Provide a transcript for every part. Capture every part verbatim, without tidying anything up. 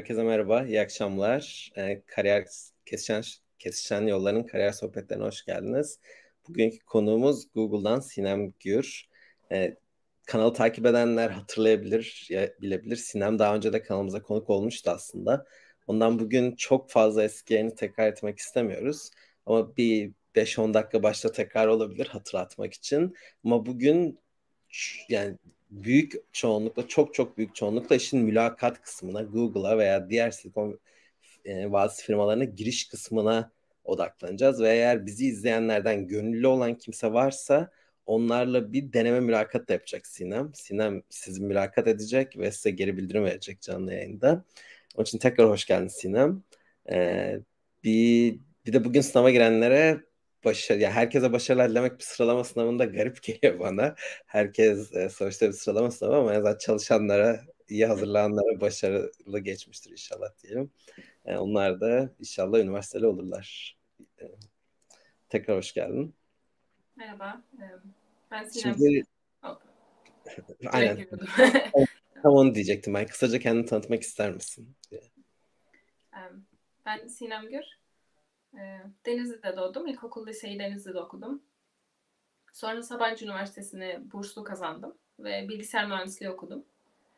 Herkese merhaba, iyi akşamlar. Ee, kariyer kesişen, kesişen yolların kariyer sohbetlerine hoş geldiniz. Bugünkü konuğumuz Google'dan Sinem Gür. Ee, Kanalı takip edenler hatırlayabilir, ya bilebilir. Sinem daha önce de kanalımıza konuk olmuştu aslında. Ondan bugün çok fazla eski yayını tekrar etmek istemiyoruz. Ama bir beş on dakika başta tekrar olabilir hatırlatmak için. Ama bugün ç- yani büyük çoğunlukla çok çok büyük çoğunlukla işin mülakat kısmına Google'a veya diğer silikon e, vadisi firmalarına giriş kısmına odaklanacağız ve eğer bizi izleyenlerden gönüllü olan kimse varsa onlarla bir deneme mülakat da yapacak Sinem. Sinem sizi mülakat edecek ve size geri bildirim verecek canlı yayında. Onun için tekrar hoş geldin Sinem. Ee, bir, bir de bugün sınava girenlere başarı, ya herkese başarılar dilemek bir sıralama sınavında garip geliyor bana. Herkes e, sonuçta bir sıralama sınavı ama en azından çalışanlara, iyi hazırlananlara başarılı geçmiştir inşallah diyelim. E, onlar da inşallah üniversiteli olurlar. E, tekrar hoş geldin. Merhaba, e, ben Sinem. Şimdi Oh, direkt aynen giriyordum. tam onu diyecektim ben. Kısaca kendini tanıtmak ister misin? E, Ben Sinem Gür. E, Denizli'de doğdum. İlkokul, liseyi Denizli'de okudum. Sonra Sabancı Üniversitesi'ni burslu kazandım ve bilgisayar mühendisliği okudum.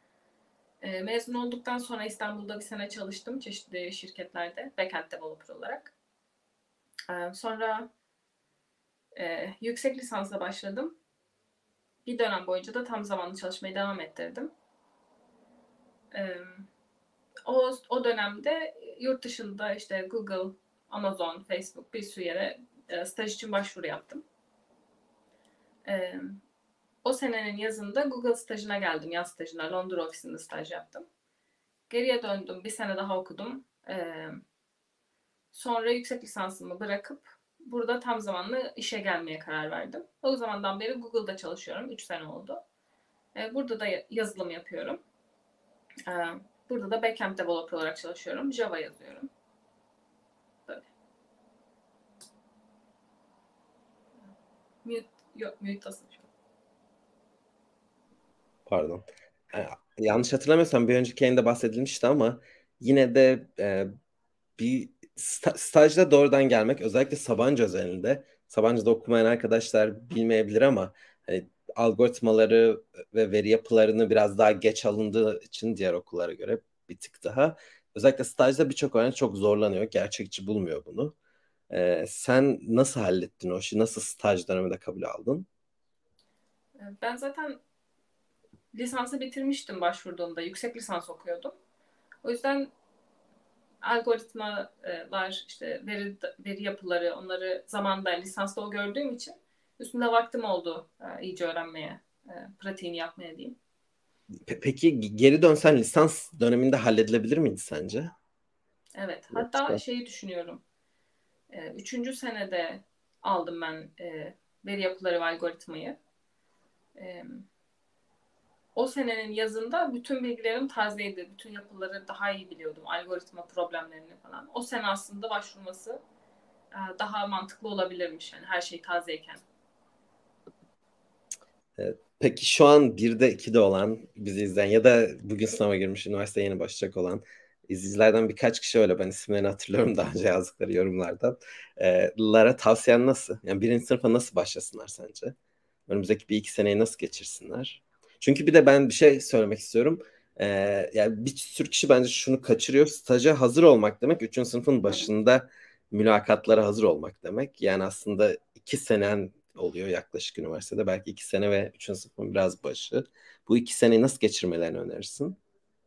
E, Mezun olduktan sonra İstanbul'da bir sene çalıştım çeşitli şirketlerde backend developer olarak. E, Sonra e, yüksek lisansa başladım. Bir dönem boyunca da tam zamanlı çalışmayı devam ettirdim. E, O, o dönemde yurt dışında işte Google, Amazon, Facebook bir sürü yere e, staj için başvuru yaptım. E, O senenin yazında Google stajına geldim. Yaz stajına Londra ofisinde staj yaptım. Geriye döndüm. Bir sene daha okudum. E, sonra yüksek lisansımı bırakıp burada tam zamanlı işe gelmeye karar verdim. O zamandan beri Google'da çalışıyorum. üç sene oldu. E, burada da yazılım yapıyorum. E, burada da backend developer olarak çalışıyorum. Java yazıyorum. Böyle. Mute, yok, mute'tasın şu an. Pardon. E, yanlış hatırlamıyorsam bir önceki yayında bahsedilmişti ama yine de e, bir sta- stajda doğrudan gelmek özellikle Sabancı özelinde Sabancı'da okumayan arkadaşlar bilmeyebilir ama hani algoritmaları ve veri yapılarını biraz daha geç alındığı için diğer okullara göre bir tık daha özellikle stajda birçok öğrenci çok zorlanıyor. Gerçekçi bulmuyor bunu. Ee, sen nasıl hallettin o işi? Nasıl staj döneminde kabul aldın? Ben zaten lisansı bitirmiştim başvurduğumda. Yüksek lisans okuyordum. O yüzden algoritmalar, işte veri, veri yapıları, onları zamanında lisansta o gördüğüm için üstünde vaktim oldu e, iyice öğrenmeye, e, pratiğini yapmaya diyeyim. Pe- peki geri dönsen lisans döneminde halledilebilir miydi sence? Evet, hatta Yoksa şeyi düşünüyorum. E, üçüncü senede aldım ben e, veri yapıları ve algoritmayı. E, O senenin yazında bütün bilgilerim tazeydi. Bütün yapıları daha iyi biliyordum. Algoritma problemlerini falan. O sene aslında başvurması e, daha mantıklı olabilirmiş. Yani her şey tazeyken. Evet. Peki şu an birde ikide olan bizi izleyen ya da bugün sınava girmiş üniversiteye yeni başlayacak olan izleyicilerden birkaç kişi öyle ben isimlerini hatırlıyorum daha önce yazdıkları yorumlardan. Ee, Lara tavsiyen nasıl? Yani birinci sınıfa nasıl başlasınlar sence? Önümüzdeki bir iki seneyi nasıl geçirsinler? Çünkü bir de ben bir şey söylemek istiyorum. Ee, yani bir sürü kişi bence şunu kaçırıyor. Staja hazır olmak demek üçüncü sınıfın başında mülakatlara hazır olmak demek. Yani aslında iki senen oluyor yaklaşık üniversitede. Belki iki sene ve üçüncü sınıfın biraz başı. Bu iki seneyi nasıl geçirmelerini önerirsin?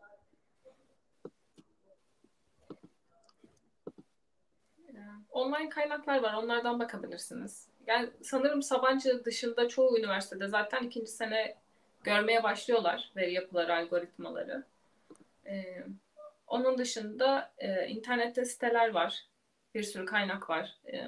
E, Online kaynaklar var. Onlardan bakabilirsiniz. Yani sanırım Sabancı dışında çoğu üniversitede zaten ikinci sene görmeye başlıyorlar veri yapıları, algoritmaları. E, Onun dışında e, internette siteler var. Bir sürü kaynak var. E,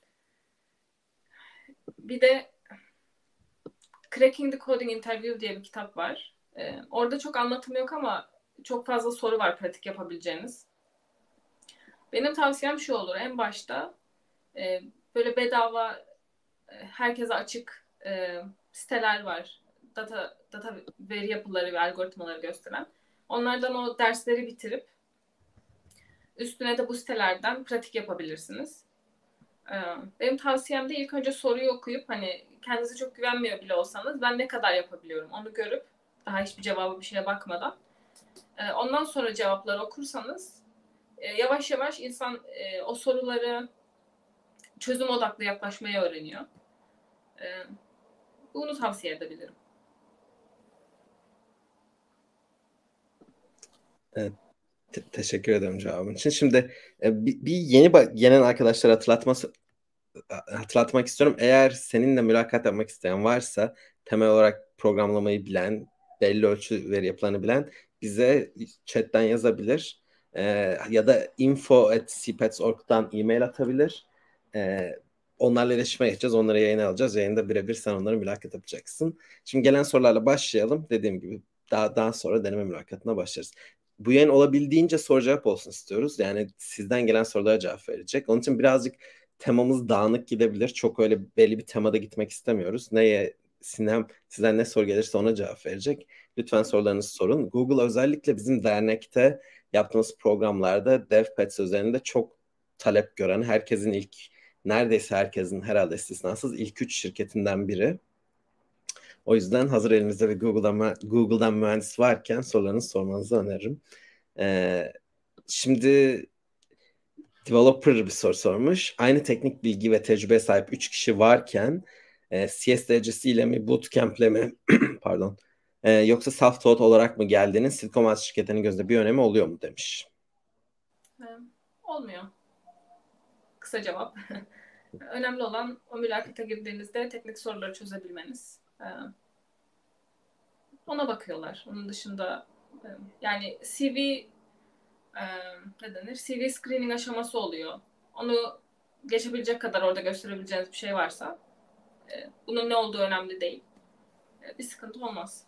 bir de Cracking the Coding Interview diye bir kitap var. Ee, orada çok anlatım yok ama çok fazla soru var pratik yapabileceğiniz. Benim tavsiyem şu olur. En başta e, böyle bedava, e, herkese açık e, siteler var. Data, data veri yapıları ve algoritmaları gösteren. Onlardan o dersleri bitirip Üstüne de bu sitelerden pratik yapabilirsiniz. Ee, benim tavsiyem de ilk önce soruyu okuyup hani kendinize çok güvenmiyor bile olsanız ben ne kadar yapabiliyorum onu görüp daha hiçbir cevaba bir şeye bakmadan e, ondan sonra cevapları okursanız e, yavaş yavaş insan e, o soruları çözüm odaklı yaklaşmayı öğreniyor. E, bunu tavsiye edebilirim. Evet, te- teşekkür ederim cevabın için. Şimdi e, bir, bir yeni ba- gelen arkadaşlara hatırlatması hatırlatmak istiyorum. Eğer seninle mülakat yapmak isteyen varsa temel olarak programlamayı bilen, belli ölçü veri yapılarını bilen bize chatten yazabilir. Ee, ya da info at c pets nokta org'dan e-mail atabilir. Ee, onlarla iletişime geçeceğiz. Onları yayına alacağız. Yayında birebir sen onları mülakat yapacaksın. Şimdi gelen sorularla başlayalım. Dediğim gibi daha, daha sonra deneme mülakatına başlarız. Bu yayın olabildiğince soru cevap olsun istiyoruz. Yani sizden gelen sorulara cevap verecek. Onun için birazcık temamız dağınık gidebilir. Çok öyle belli bir temada gitmek istemiyoruz. Neye Sinem sizden ne soru gelirse ona cevap verecek. Lütfen sorularınızı sorun. Google özellikle bizim dernekte yaptığımız programlarda DevPets üzerinde çok talep gören, herkesin ilk, neredeyse herkesin herhalde istisnasız ilk üç şirketinden biri. O yüzden hazır elimizde ve Google'dan, Google'dan mühendis varken sorularınızı sormanızı öneririm. Ee, şimdi Developer bir soru sormuş. Aynı teknik bilgi ve tecrübeye sahip üç kişi varken e, C S derecesiyle mi, bootcamp'le mi pardon e, yoksa self-taught olarak mı geldiğinin Silikon Vadisi şirketlerinin gözünde bir önemi oluyor mu demiş. E, olmuyor. Kısa cevap. Önemli olan o mülakata girdiğinizde teknik soruları çözebilmeniz. E, ona bakıyorlar. Onun dışında e, yani C V e, ne denir? C V screening aşaması oluyor. Onu geçebilecek kadar orada gösterebileceğiniz bir şey varsa e, bunun ne olduğu önemli değil. E, bir sıkıntı olmaz.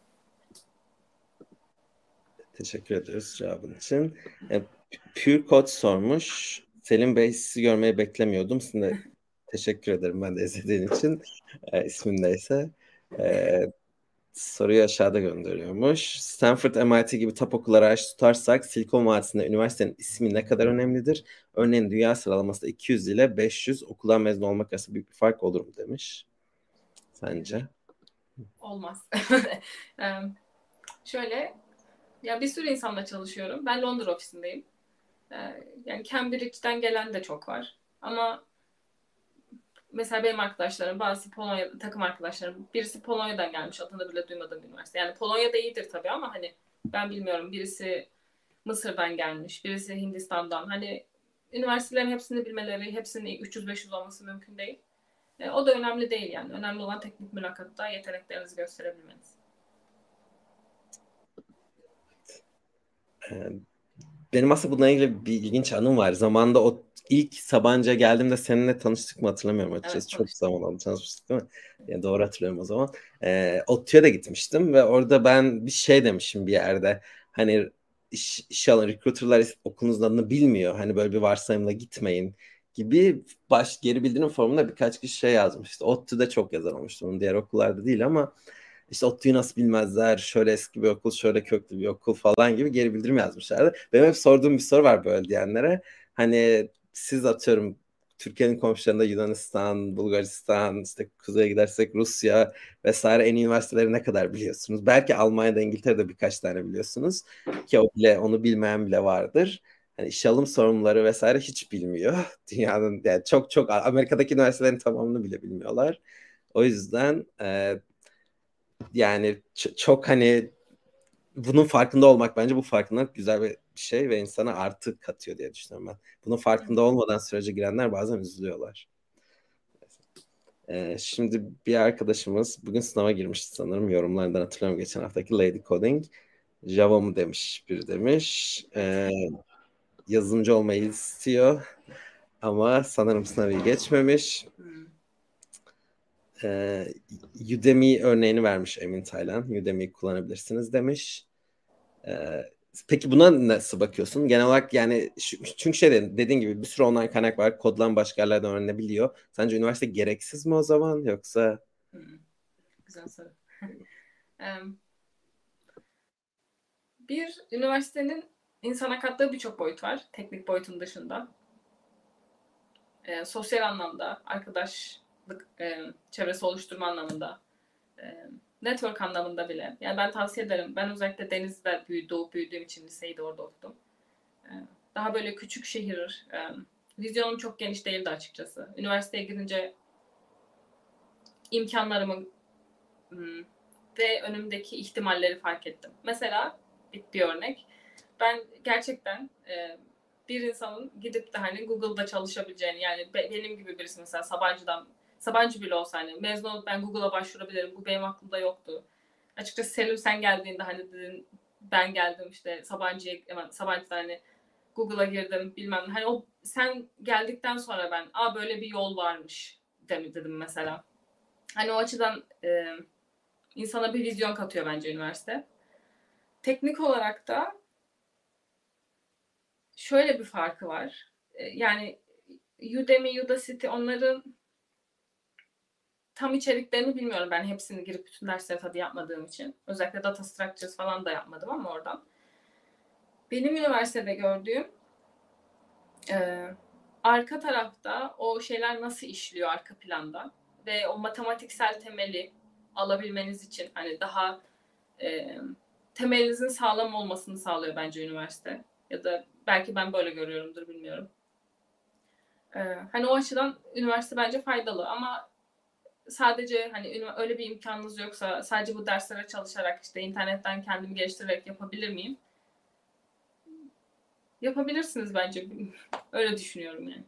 Teşekkür ederiz cevabın için. E, Pure Code sormuş. Selim Bey sizi görmeyi beklemiyordum. Sizin de teşekkür ederim ben de izlediğin için. E, ismin neyse. E, Soruyu aşağıda gönderiyormuş. Stanford, M I T gibi top okulları araç tutarsak Silikon Vadisi'nde üniversitenin ismi ne kadar önemlidir? Örneğin dünya sıralamasında iki yüz ile beş yüz okuldan mezun olmak arasında büyük bir fark olur mu demiş. Sence? Olmaz. e, şöyle ya bir sürü insanla çalışıyorum. Ben Londra ofisindeyim. E, yani Cambridge'den gelen de çok var. Ama mesela benim arkadaşlarım, bazı Polonya takım arkadaşlarım, birisi Polonya'dan gelmiş, adını bile duymadığım bir üniversite. Yani Polonya'da iyidir tabii ama hani ben bilmiyorum, birisi Mısır'dan gelmiş, birisi Hindistan'dan. Hani üniversitelerin hepsini bilmeleri, hepsinin üç yüz beş yüz olması mümkün değil. E, o da önemli değil yani. Önemli olan teknik mülakatta yeteneklerinizi gösterebilmeniz. Ee, Benim aslında bununla ilgili bir ilginç anım var. Zamanında o ilk Sabancı'ya geldiğimde seninle tanıştık mı hatırlamıyorum açıkçası. Evet, Çok tanıştık. zaman oldu tanışmıştık değil mi? Yani doğru hatırlıyorum o zaman. Ee, ODTÜ'ye de gitmiştim ve orada ben bir şey demişim bir yerde. Hani iş, iş alan recruiterlar okulunuzun adını bilmiyor. Hani böyle bir varsayımla gitmeyin gibi baş geri bildirim formunda birkaç kişi şey yazmıştı. ODTÜ'de çok yazan olmuştu. Onun diğer okullarda değil ama işte ODTÜ'yü nasıl bilmezler, şöyle eski bir okul, şöyle köklü bir okul falan gibi geri bildirim yazmışlardı. Benim hep sorduğum bir soru var böyle diyenlere. Hani siz atıyorum Türkiye'nin komşularında Yunanistan, Bulgaristan, işte kuzeye gidersek Rusya vesaire en iyi üniversiteleri ne kadar biliyorsunuz? Belki Almanya'da, İngiltere'de birkaç tane biliyorsunuz ki o bile onu bilmeyen bile vardır. Hani iş alım sorunları vesaire hiç bilmiyor. Dünyanın yani çok çok Amerika'daki üniversitelerin tamamını bile bilmiyorlar. O yüzden e, yani ç- çok hani bunun farkında olmak bence bu farkındalık güzel bir şey ve insana artı katıyor diye düşünüyorum ben. Bunun farkında olmadan sürece girenler bazen üzülüyorlar. Ee, şimdi bir arkadaşımız bugün sınava girmişti sanırım. Yorumlarından hatırlıyorum geçen haftaki Lady Coding. Java mı demiş biri demiş. Ee, yazılımcı olmayı istiyor ama sanırım sınavı geçmemiş. Hmm. Ee, Udemy örneğini vermiş Emin Taylan. Udemy'yi kullanabilirsiniz demiş. Ee, peki buna nasıl bakıyorsun? Genel olarak yani şu- çünkü şey dedin, dediğin gibi bir sürü online kaynak var. Kodlan başka yerlerden öğrenebiliyor. Sence üniversite gereksiz mi o zaman yoksa? Hmm. Güzel soru. bir üniversitenin insana kattığı birçok boyut var. Teknik boyutun dışında. E, sosyal anlamda, arkadaşlık e, çevresi oluşturma anlamında, e, network anlamında bile. Yani ben tavsiye ederim. Ben özellikle Denizli'de büyü, doğup büyüdüğüm için liseyi de orada okudum. E, daha böyle küçük şehir, e, vizyonum çok geniş değildi açıkçası. Üniversiteye gidince imkanlarımı hmm, ve önümdeki ihtimalleri fark ettim. Mesela bir, bir örnek. Ben gerçekten e, bir insanın gidip de hani Google'da çalışabileceğini, yani be, benim gibi birisi mesela Sabancı'dan, Sabancı bile olsa hani mezun olup ben Google'a başvurabilirim. Bu benim aklımda yoktu. Açıkçası Selim sen geldiğinde hani dedin ben geldim işte Sabancı'ya, Sabancı'da hani Google'a girdim bilmem ne. Hani o sen geldikten sonra ben aa böyle bir yol varmış dedim mesela. Hani o açıdan e, insana bir vizyon katıyor bence üniversite. Teknik olarak da şöyle bir farkı var. E, yani Udemy, Udacity onların tam içeriklerini bilmiyorum. Ben hepsini girip bütün dersleri tabii yapmadığım için. Özellikle data structures falan da yapmadım ama oradan. Benim üniversitede gördüğüm e, arka tarafta o şeyler nasıl işliyor arka planda ve o matematiksel temeli alabilmeniz için hani daha e, temelinizin sağlam olmasını sağlıyor bence üniversite. Ya da belki ben böyle görüyorumdur bilmiyorum. E, hani o açıdan üniversite bence faydalı ama sadece hani öyle bir imkanınız yoksa sadece bu derslere çalışarak işte internetten kendimi geliştirerek yapabilir miyim? Yapabilirsiniz bence. Öyle düşünüyorum yani.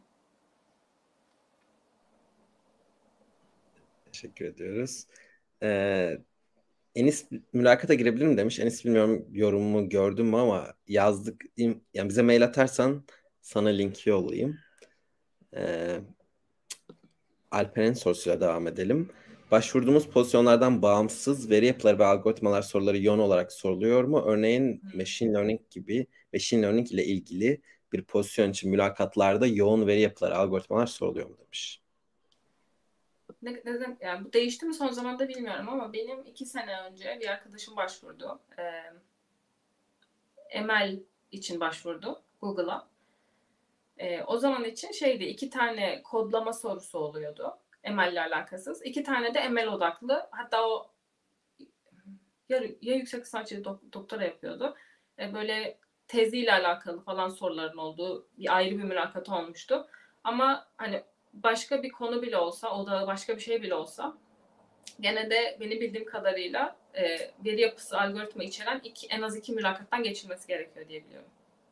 Teşekkür ediyoruz. Ee, Enis mülakata girebilir mi demiş. Enis bilmiyorum yorumumu gördün mü ama yazdık. Yani bize mail atarsan sana linki yollayayım. Ee, Alper'in sorusuyla devam edelim. Başvurduğumuz pozisyonlardan bağımsız veri yapıları ve algoritmalar soruları yoğun olarak soruluyor mu? Örneğin machine learning gibi machine learning ile ilgili bir pozisyon için mülakatlarda yoğun veri yapıları, algoritmalar soruluyor mu demiş. Ne, neden, yani bu değişti mi son zamanda bilmiyorum ama benim iki sene önce bir arkadaşım başvurdu. Ee, M L için başvurdu Google'a. Ee, o zaman için şeydi iki tane kodlama sorusu oluyordu. M L ile alakasız. İki tane de M L odaklı. Hatta o ya, ya yüksek lisansçı dok- doktora yapıyordu. Ee, böyle teziyle alakalı falan soruların olduğu bir ayrı bir mülakat olmuştu. Ama hani başka bir konu bile olsa, o da başka bir şey bile olsa gene de benim bildiğim kadarıyla e, veri yapısı algoritma içeren iki, en az iki mülakattan geçilmesi gerekiyor diye biliyorum.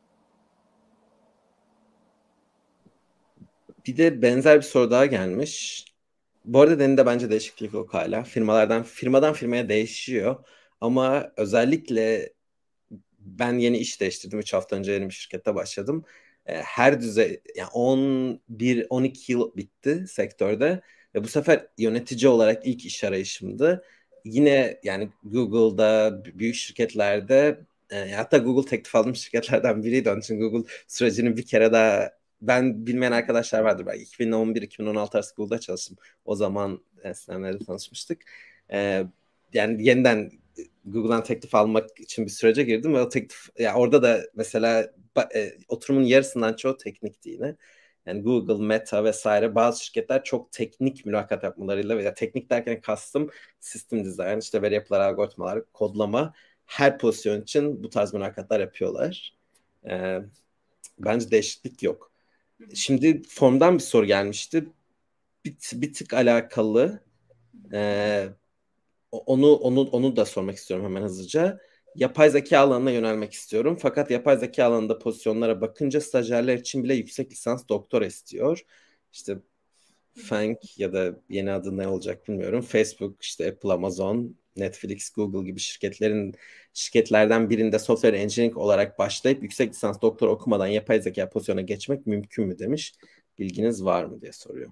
Bir de benzer bir soru daha gelmiş. Bu arada Deni'de bence değişiklik yok hala. Firmalardan firmadan firmaya değişiyor. Ama özellikle ben yeni iş değiştirdim. üç hafta önce yeni bir şirkette başladım. E, Her düzey, yani on bir on iki yıl bitti sektörde. Ve bu sefer yönetici olarak ilk iş arayışımdı. Yine yani Google'da, b- büyük şirketlerde, e, hatta Google teklif aldığım şirketlerden biriydi. Onun için Google sürecinin bir kere daha ben bilmeyen arkadaşlar vardır. Belki iki bin on bir iki bin on altı arası Google'da çalıştım. O zaman e, Sinemler'de tanışmıştık. E, Yani yeniden Google'dan teklif almak için bir sürece girdim ve o teklif ya orada da mesela e, oturumun yarısından çoğu teknikti yine. Yani Google, Meta vesaire bazı şirketler çok teknik mülakat yapmalarıyla veya teknik derken kastım system design, işte veri yapıları, algoritmalar, kodlama her pozisyon için bu tarz mülakatlar yapıyorlar. E, Bence değişiklik yok. Şimdi formdan bir soru gelmişti. Bir, bir tık alakalı. E, onu onu onu da sormak istiyorum hemen hızlıca. Yapay zeka alanına yönelmek istiyorum. Fakat yapay zeka alanında pozisyonlara bakınca stajyerler için bile yüksek lisans doktora istiyor. İşte Fang ya da yeni adı ne olacak bilmiyorum. Facebook, işte Apple, Amazon, Netflix, Google gibi şirketlerin şirketlerden birinde software engineering olarak başlayıp yüksek lisans doktora okumadan yapay zeka pozisyona geçmek mümkün mü demiş. Bilginiz var mı diye soruyor.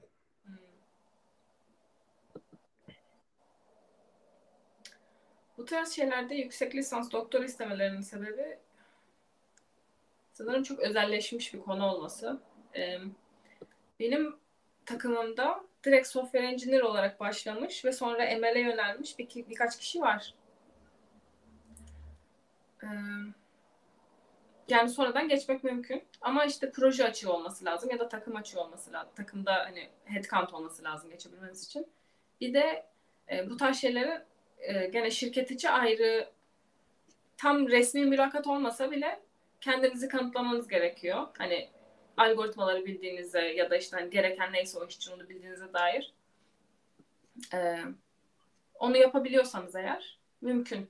Bu tarz şeylerde yüksek lisans doktora istemelerinin sebebi sanırım çok özelleşmiş bir konu olması. Ee, benim takımımda direkt software engineer olarak başlamış ve sonra M L'e yönelmiş bir, birkaç kişi var. Ee, yani sonradan geçmek mümkün. Ama işte proje açığı olması lazım ya da takım açığı olması lazım. Takımda hani headcount olması lazım geçebilmeniz için. Bir de e, bu tarz şeylerin e, gene şirket içi ayrı, tam resmi mülakat olmasa bile kendinizi kanıtlamanız gerekiyor. Hani algoritmaları bildiğinize ya da işte hani gereken neyse o iş için onu bildiğinize dair. E, Onu yapabiliyorsanız eğer mümkün.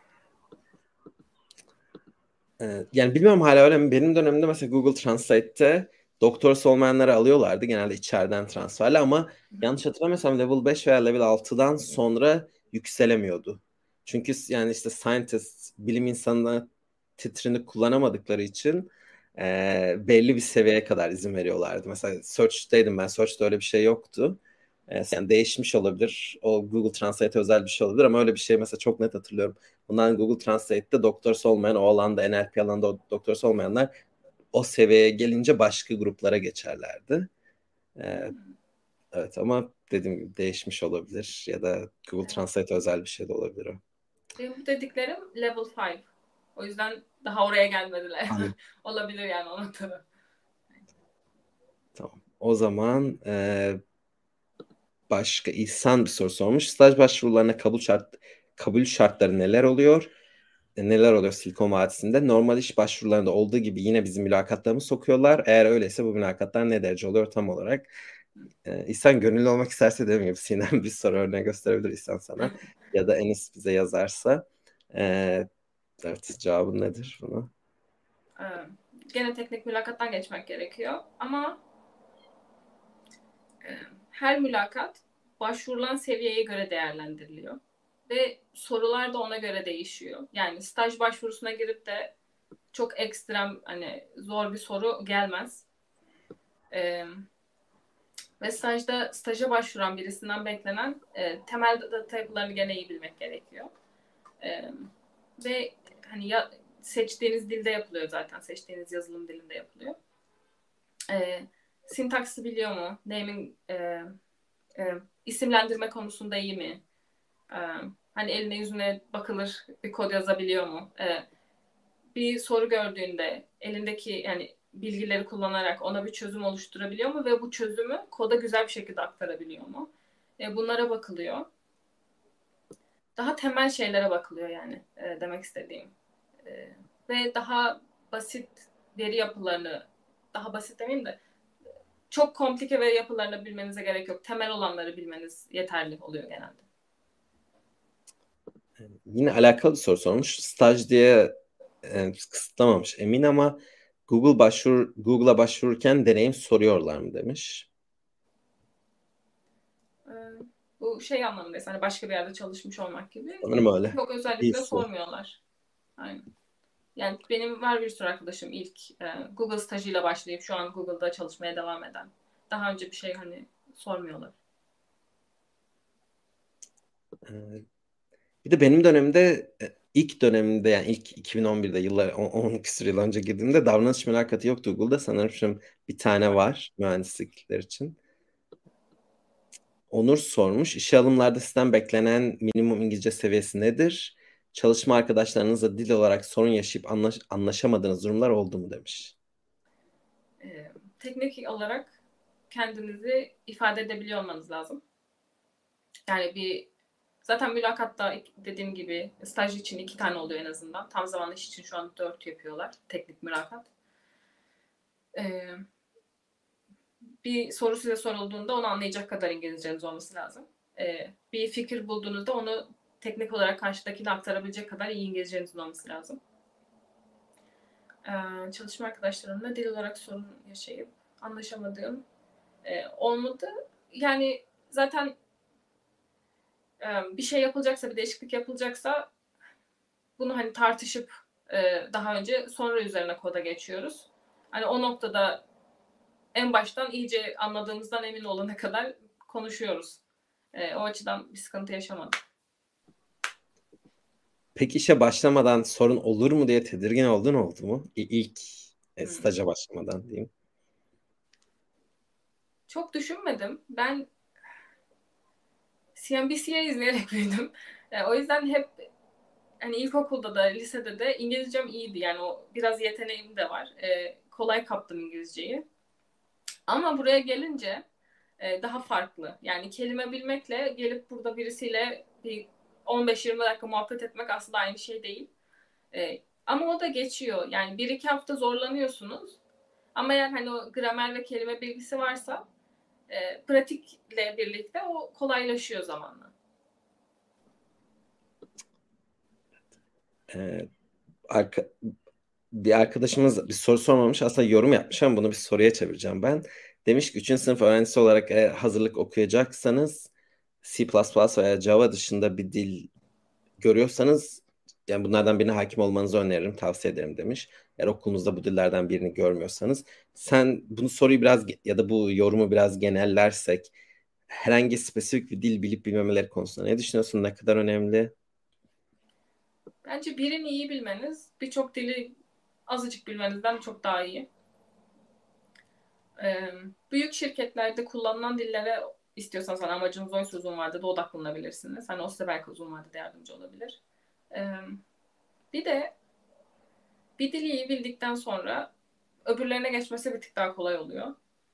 Ee, yani bilmiyorum hala öyle mi? Benim dönemimde mesela Google Translate'te doktorası olmayanları alıyorlardı. Genelde içeriden transferle ama yanlış hatırlamıyorsam level beş veya level altıdan sonra yükselemiyordu. Çünkü yani işte scientist, bilim insanı titrini kullanamadıkları için e, belli bir seviyeye kadar izin veriyorlardı. Mesela Search'teydim ben. Search'te öyle bir şey yoktu. E, yani değişmiş olabilir. O Google Translate özel bir şey olabilir ama öyle bir şey mesela çok net hatırlıyorum. Bundan Google Translate'te doktorası olmayan, o alanda N L P alanında doktorası olmayanlar o seviyeye gelince başka gruplara geçerlerdi. Ee, Hmm. evet ama dediğim gibi değişmiş olabilir ya da Google Evet. Translate özel bir şey de olabilir o. Benim bu dediklerim level beş. O yüzden daha oraya gelmediler. Anladım. Olabilir yani o noktada. Tamam. O zaman e, başka İhsan bir soru sormuş. Staj başvurularına kabul şart kabul şartları neler oluyor? E, neler oluyor Silikon Vadisi'nde? Normal iş başvurularında olduğu gibi yine bizim mülakatlarımı sokuyorlar. Eğer öyleyse bu mülakatlar ne derece oluyor tam olarak? E, İhsan gönüllü olmak isterse dediğim gibi Sinem bir soru örneği gösterebilir İhsan sana. Ya da Enis bize yazarsa. E, evet cevabın nedir buna? Ee, Gene teknik mülakattan geçmek gerekiyor. Ama e, her mülakat başvurulan seviyeye göre değerlendiriliyor. Ve sorular da ona göre değişiyor. Yani staj başvurusuna girip de çok ekstrem hani zor bir soru gelmez. Ee, Ve stajda staja başvuran birisinden beklenen e, temel data yapılarını gene iyi bilmek gerekiyor. E, Ve hani ya, seçtiğiniz dilde yapılıyor zaten. Seçtiğiniz yazılım dilinde yapılıyor. E, Sintaksi biliyor mu? Naming, e, e, isimlendirme konusunda iyi mi? E, Hani eline yüzüne bakılır bir kod yazabiliyor mu? E, bir soru gördüğünde elindeki yani bilgileri kullanarak ona bir çözüm oluşturabiliyor mu ve bu çözümü koda güzel bir şekilde aktarabiliyor mu? E, bunlara bakılıyor. Daha temel şeylere bakılıyor yani e, demek istediğim. E, Ve daha basit veri yapılarını, daha basit demeyeyim de çok komplike veri yapılarını bilmenize gerek yok. Temel olanları bilmeniz yeterli oluyor genelde. Yine alakalı bir soru sormuş. Staj diye e, kısıtlamamış emin ama Google başvur Google'a başvururken deneyim soruyorlar mı demiş. E, Bu şey anlamındaysa hani başka bir yerde çalışmış olmak gibi. Sanırım öyle. Yok, özellikle İyisi. sormuyorlar. Aynen. Yani benim var bir sürü arkadaşım ilk e, Google stajıyla başlayıp şu an Google'da çalışmaya devam eden. Daha önce bir şey hani sormuyorlar. Ee, Bir de benim dönemde e, ilk dönemde yani ilk iki bin on birde yıllar on on küsur yıl önce girdiğimde davranış mülakatı yoktu Google'da. Sanırım şimdi bir tane Var. var mühendislikler için. Onur sormuş. İşe alımlarda sizden beklenen minimum İngilizce seviyesi nedir? Çalışma arkadaşlarınızla dil olarak sorun yaşayıp anlaş anlaşamadığınız durumlar oldu mu demiş. E, Teknik olarak kendinizi ifade edebiliyor olmanız lazım. Yani bir zaten mülakatta dediğim gibi staj için iki tane oluyor en azından. Tam zamanlı iş için şu an dört yapıyorlar teknik mülakat. E, Bir soru size sorulduğunda onu anlayacak kadar İngilizceniz olması lazım. E, bir fikir bulduğunuzda onu teknik olarak karşıdakine aktarabilecek kadar iyi İngilizcenizin olması lazım. Ee, çalışma arkadaşlarımla dil olarak sorun yaşayıp anlaşamadığım e, olmadı. Yani zaten e, bir şey yapılacaksa, bir değişiklik yapılacaksa bunu hani tartışıp e, daha önce sonra üzerine koda geçiyoruz. Hani o noktada en baştan iyice anladığımızdan emin olana kadar konuşuyoruz. E, o açıdan bir sıkıntı yaşamadım. Peki işe başlamadan sorun olur mu diye tedirgin oldun oldu mu? İ- İlk e, Hmm. staja başlamadan diyeyim. Çok düşünmedim. Ben C N B C'ye izleyerek büyüdüm. E, o yüzden hep hani ilkokulda da lisede de İngilizcem iyiydi. Yani o biraz yeteneğim de var. E, kolay kaptım İngilizceyi. Ama buraya gelince e, daha farklı. Yani kelime bilmekle gelip burada birisiyle bir on beş yirmi dakika muhabbet etmek aslında aynı şey değil. E, ama o da geçiyor. Yani bir iki hafta zorlanıyorsunuz. Ama eğer hani o gramer ve kelime bilgisi varsa e, pratikle birlikte o kolaylaşıyor zamanla. Ee, arka, Bir arkadaşımız bir soru sormamış. Aslında yorum yapmış ama bunu bir soruya çevireceğim ben. Demiş ki üçüncü sınıf öğrencisi olarak eğer hazırlık okuyacaksanız C++ veya Java dışında bir dil görüyorsanız yani bunlardan birine hakim olmanızı öneririm, tavsiye ederim demiş. Eğer okulunuzda bu dillerden birini görmüyorsanız. Sen bunu soruyu biraz ya da bu yorumu biraz genellersek herhangi spesifik bir dil bilip bilmemeleri konusunda ne düşünüyorsun? Ne kadar önemli? Bence birini iyi bilmeniz birçok dili azıcık bilmenizden çok daha iyi. Ee, büyük şirketlerde kullanılan dillere istiyorsanız hani amacınız oysa uzun vadede odaklanabilirsiniz. Hani o size belki uzun vadede yardımcı olabilir. Ee, bir de bir dili iyi bildikten sonra öbürlerine geçmesi bir tık daha kolay oluyor.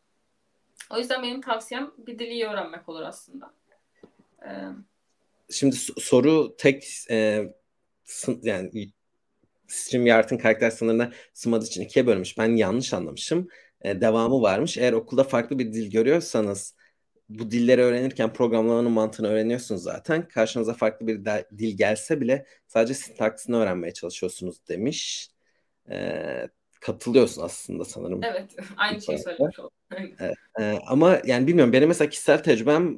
O yüzden benim tavsiyem bir dili iyi öğrenmek olur aslında. Ee, Şimdi so- soru tek e, sın- yani StreamYard'ın karakter sınırına sığmadığı için ikiye bölmüş. Ben yanlış anlamışım. E, devamı varmış. Eğer okulda farklı bir dil görüyorsanız bu dilleri öğrenirken programlamanın mantığını öğreniyorsunuz zaten. Karşınıza farklı bir de- dil gelse bile sadece sintaksini öğrenmeye çalışıyorsunuz demiş. E, katılıyorsun aslında sanırım. evet, aynı şeyi söylemiş oldum. Evet. E, ama yani bilmiyorum benim mesela kişisel tecrübem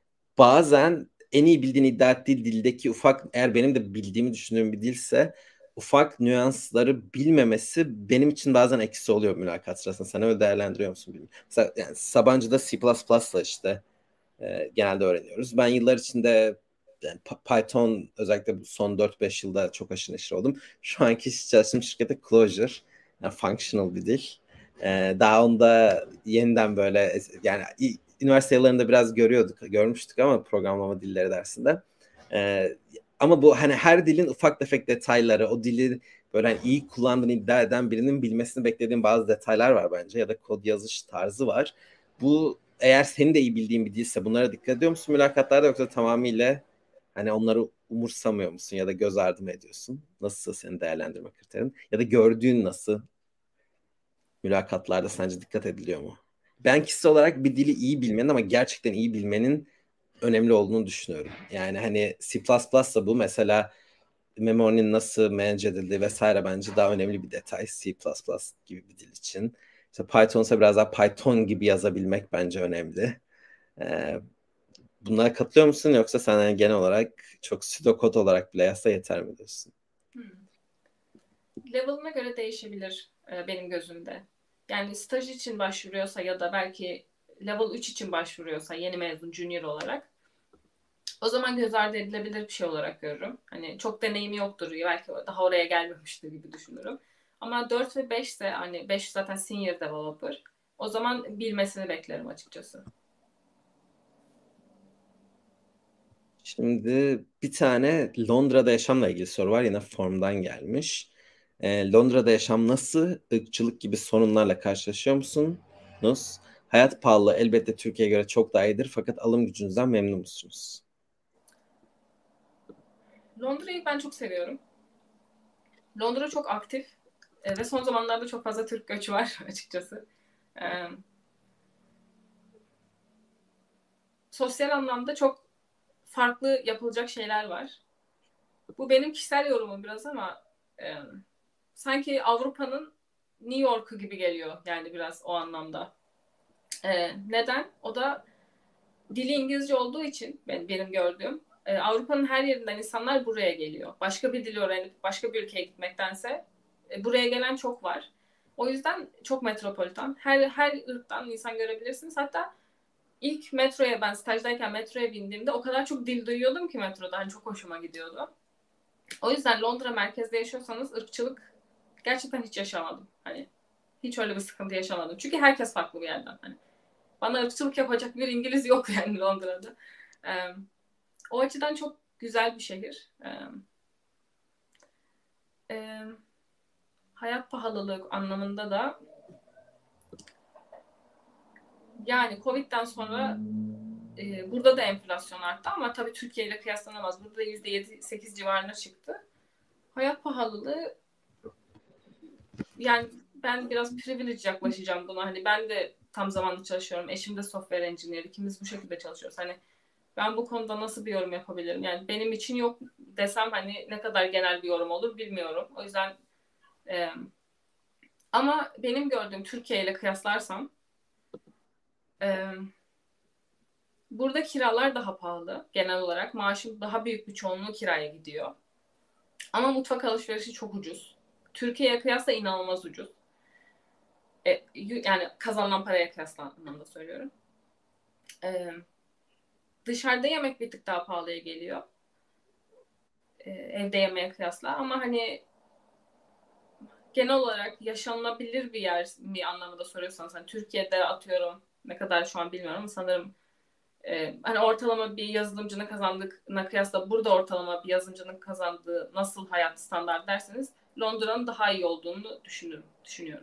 bazen en iyi bildiğini iddia ettiği dildeki ufak eğer benim de bildiğimi düşündüğüm bir dilse ufak nüansları bilmemesi benim için bazen eksi oluyor mülakat sırasında. Sen öyle değerlendiriyor musun bilmiyorum. Mesela yani Sabancı'da C++ ile işte e, genelde öğreniyoruz. Ben yıllar içinde yani Python özellikle bu son dört beş yılda çok aşırı neşir oldum. Şu anki çalıştığım şirkette Clojure, yani functional bir dil. E, daha onda yeniden böyle yani üniversite yıllarında biraz görüyorduk, görmüştük ama programlama dilleri dersinde. E, ama bu hani her dilin ufak tefek detayları, o dili böyle hani iyi kullandığını iddia eden birinin bilmesini beklediğim bazı detaylar var bence ya da kod yazış tarzı var. Bu eğer senin de iyi bildiğin bir dilse bunlara dikkat ediyor musun mülakatlarda yoksa tamamıyla hani onları umursamıyor musun ya da göz ardı mı ediyorsun? Nasıl senin değerlendirme kriterin? Ya da gördüğün nasıl mülakatlarda sence dikkat ediliyor mu? Ben kişisel olarak bir dili iyi bilmenin ama gerçekten iyi bilmenin önemli olduğunu düşünüyorum. Yani hani C++ ise bu mesela memorinin nasıl manage edildiği vesaire bence daha önemli bir detay C++ gibi bir dil için. İşte Python ise biraz daha Python gibi yazabilmek bence önemli. Ee, bunlara katılıyor musun yoksa sen yani genel olarak çok pseudokod olarak bile yazsa yeter mi diyorsun? Hmm. Level'ına göre değişebilir e, benim gözümde. Yani staj için başvuruyorsa ya da belki level üç için başvuruyorsa yeni mezun junior olarak o zaman göz ardı edilebilir bir şey olarak görürüm. Hani çok deneyimi yoktur, belki daha oraya gelmemiştir gibi düşünürüm. Ama dört ve beş ise hani beş zaten senior developer. O zaman bilmesini beklerim açıkçası. Şimdi bir tane Londra'da yaşamla ilgili soru var. Yine formdan gelmiş. Ee, Londra'da yaşam nasıl? Irkçılık gibi sorunlarla karşılaşıyor musunuz? Hayat pahalı elbette Türkiye'ye göre çok daha iyidir fakat alım gücünüzden memnun musunuz? Londra'yı ben çok seviyorum. Londra çok aktif e, ve son zamanlarda çok fazla Türk göçü var açıkçası. E, sosyal anlamda çok farklı yapılacak şeyler var. Bu benim kişisel yorumum biraz ama e, sanki Avrupa'nın New York'u gibi geliyor yani biraz o anlamda. E, neden? O da dili İngilizce olduğu için ben, benim gördüğüm e, Avrupa'nın her yerinden insanlar buraya geliyor. Başka bir dili öğrenip başka bir ülkeye gitmektense e, buraya gelen çok var. O yüzden çok metropolitan. Her her ırktan insan görebilirsiniz. Hatta ilk metroya ben stajdayken metroya bindiğimde o kadar çok dil duyuyordum ki metroda. Hani çok hoşuma gidiyordu. O yüzden Londra merkezde yaşıyorsanız ırkçılık gerçekten hiç yaşamadım. Hani hiç öyle bir sıkıntı yaşamadım. Çünkü herkes farklı bir yerden. Hani bana ırkçılık yapacak bir İngiliz yok yani Londra'da. Ee, o açıdan çok güzel bir şehir. Ee, e, hayat pahalılığı anlamında da yani Covid'den sonra e, burada da enflasyon arttı ama tabii Türkiye ile kıyaslanamaz. Burada yüzde yedi sekiz civarına çıktı. Hayat pahalılığı, yani ben biraz privilege yaklaşacağım buna. Hani ben de tam zamanlı çalışıyorum. Eşim de software engineer. İkimiz bu şekilde çalışıyoruz. Hani ben bu konuda nasıl bir yorum yapabilirim? Yani benim için yok desem hani ne kadar genel bir yorum olur bilmiyorum. O yüzden e, ama benim gördüğüm Türkiye ile kıyaslarsam e, burada kiralar daha pahalı. Genel olarak maaşın daha büyük bir çoğunluğu kiraya gidiyor. Ama mutfak alışverişi çok ucuz. Türkiye'ye kıyasla inanılmaz ucuz. E, yani kazanılan paraya kıyasla anlamda söylüyorum. E, dışarıda yemek bir tık daha pahalıya geliyor. E, evde yemeğe kıyasla. Ama hani genel olarak yaşanılabilir bir yer mi anlamında soruyorsanız. Hani Türkiye'de atıyorum ne kadar şu an bilmiyorum ama sanırım e, hani ortalama bir yazılımcının kazandığına kıyasla burada ortalama bir yazılımcının kazandığı nasıl hayat standart derseniz Londra'nın daha iyi olduğunu düşünüyorum. düşünüyorum.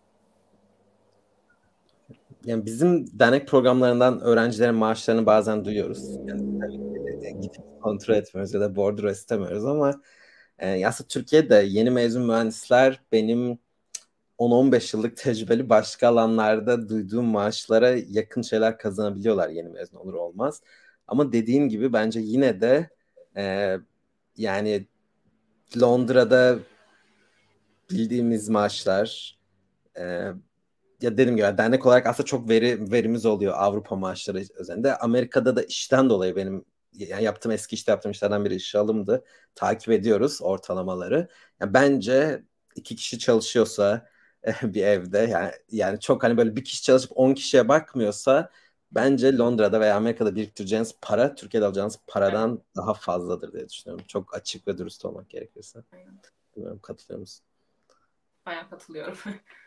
Yani bizim dernek programlarından öğrencilerin maaşlarını bazen duyuyoruz. Yani tabii ki gidip kontrol etmiyoruz ya da bordro istemiyoruz ama e, aslında Türkiye'de yeni mezun mühendisler benim on on beş yıllık tecrübeli başka alanlarda duyduğum maaşlara yakın şeyler kazanabiliyorlar yeni mezun olur olmaz. Ama dediğin gibi bence yine de e, yani Londra'da bildiğimiz maaşlar, e, ya dediğim gibi dernek olarak aslında çok veri verimiz oluyor Avrupa maaşları üzerinde. Amerika'da da işten dolayı benim yani yaptığım eski işte yaptığım işlerden biri işe alımdı. Takip ediyoruz ortalamaları. Yani bence iki kişi çalışıyorsa bir evde yani yani çok hani böyle bir kişi çalışıp on kişiye bakmıyorsa bence Londra'da veya Amerika'da biriktireceğiniz para Türkiye'de alacağınız Evet. paradan daha fazladır diye düşünüyorum. Çok açık ve dürüst olmak gerekirse. Aynen. Bilmiyorum, katılıyor musun? Bayağı katılıyorum.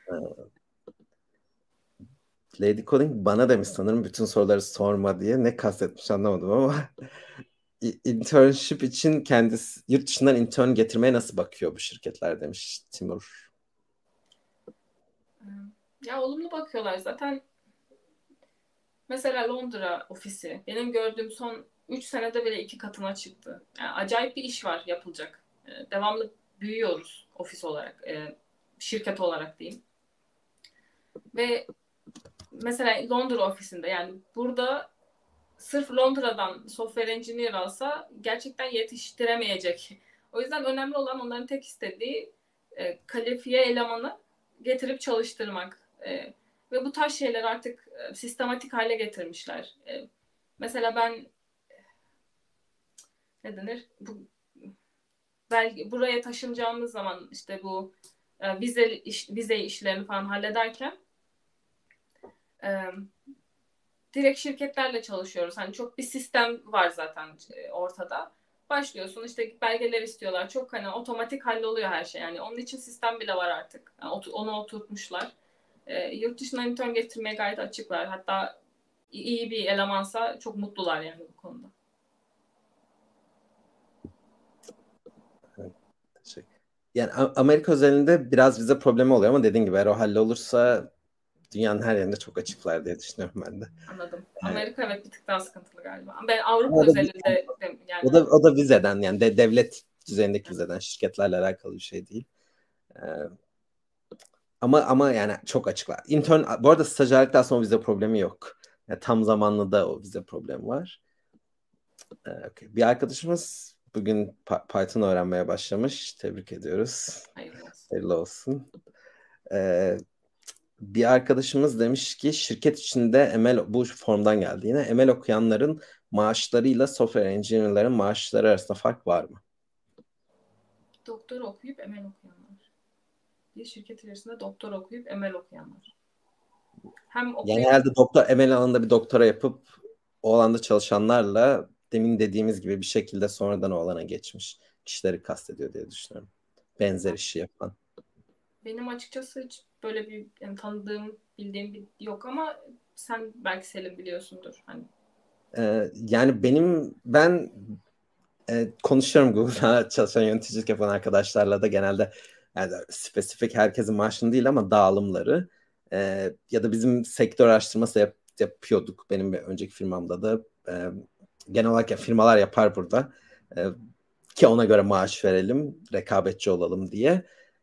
Lady Calling bana demiş sanırım bütün soruları sorma diye. Ne kastetmiş anlamadım ama internship için kendisi yurt dışından intern getirmeye nasıl bakıyor bu şirketler demiş Timur. Ya olumlu bakıyorlar zaten. Mesela Londra ofisi benim gördüğüm son üç senede bile iki katına çıktı. Yani acayip bir iş var yapılacak. Ee, devamlı büyüyoruz ofis olarak, e, şirket olarak diyeyim. Ve mesela Londra ofisinde yani burada sırf Londra'dan software engineer alsa gerçekten yetiştiremeyecek. O yüzden önemli olan onların tek istediği e, kalifiye elemanı getirip çalıştırmak. E, ve bu tarz şeyler artık e, sistematik hale getirmişler. E, mesela ben ne denir? Bu, belki buraya taşınacağımız zaman işte bu e, vize iş, vize işlerini falan hallederken e, direkt şirketlerle çalışıyoruz. Hani çok bir sistem var zaten e, ortada. Başlıyorsun işte belgeler istiyorlar. Çok hani otomatik halloluyor her şey. Yani onun için sistem bile var artık. Yani onu oturtmuşlar. E, yurt dışından intern getirmeye gayet açıklar. Hatta iyi bir elemansa çok mutlular yani bu konuda. Şey. Yani Amerika özelinde biraz vize problemi oluyor ama dediğin gibi eğer o hallolursa dünyanın her yerinde çok açıklar diye düşünüyorum ben de. Anladım. Evet. Amerika evet bir tık daha sıkıntılı galiba. Ben Avrupa O da, özelinde de, yani o da, o da vizeden yani de, devlet düzeyindeki vizeden şirketlerle alakalı bir şey değil. Ee, ama ama yani çok açıklar. Intern, bu arada stajyerlikte aslında o vize problemi yok. Yani tam zamanlı da o vize problemi var. Ee, okay. Bir arkadaşımız bugün Python öğrenmeye başlamış. Tebrik ediyoruz. hayırlı olsun. Hayırlı olsun. Ee, bir arkadaşımız demiş ki şirket içinde M L bu formdan geldi yine M L okuyanların maaşlarıyla software engineer'ların maaşları arasında fark var mı? Doktor okuyup M L okuyanlar. Bir şirket içerisinde doktor okuyup M L okuyanlar. Hem Yani okuyup herhalde doktor M L alanında bir doktora yapıp o alanda çalışanlarla demin dediğimiz gibi bir şekilde sonradan o alana geçmiş kişileri kastediyor diye düşünüyorum. Benzer işi yapan. benim açıkçası hiç böyle bir yani tanıdığım, bildiğim bir yok ama sen belki Selim biliyorsundur. Hani Ee, yani benim ben e, konuşuyorum Google'da çalışan yöneticilik yapan arkadaşlarla da genelde yani spesifik herkesin maaşını değil ama dağılımları e, ya da bizim sektör araştırması yap, yapıyorduk. Benim bir önceki firmamda da e, genel olarak ya, firmalar yapar burada e, ki ona göre maaş verelim, rekabetçi olalım diye.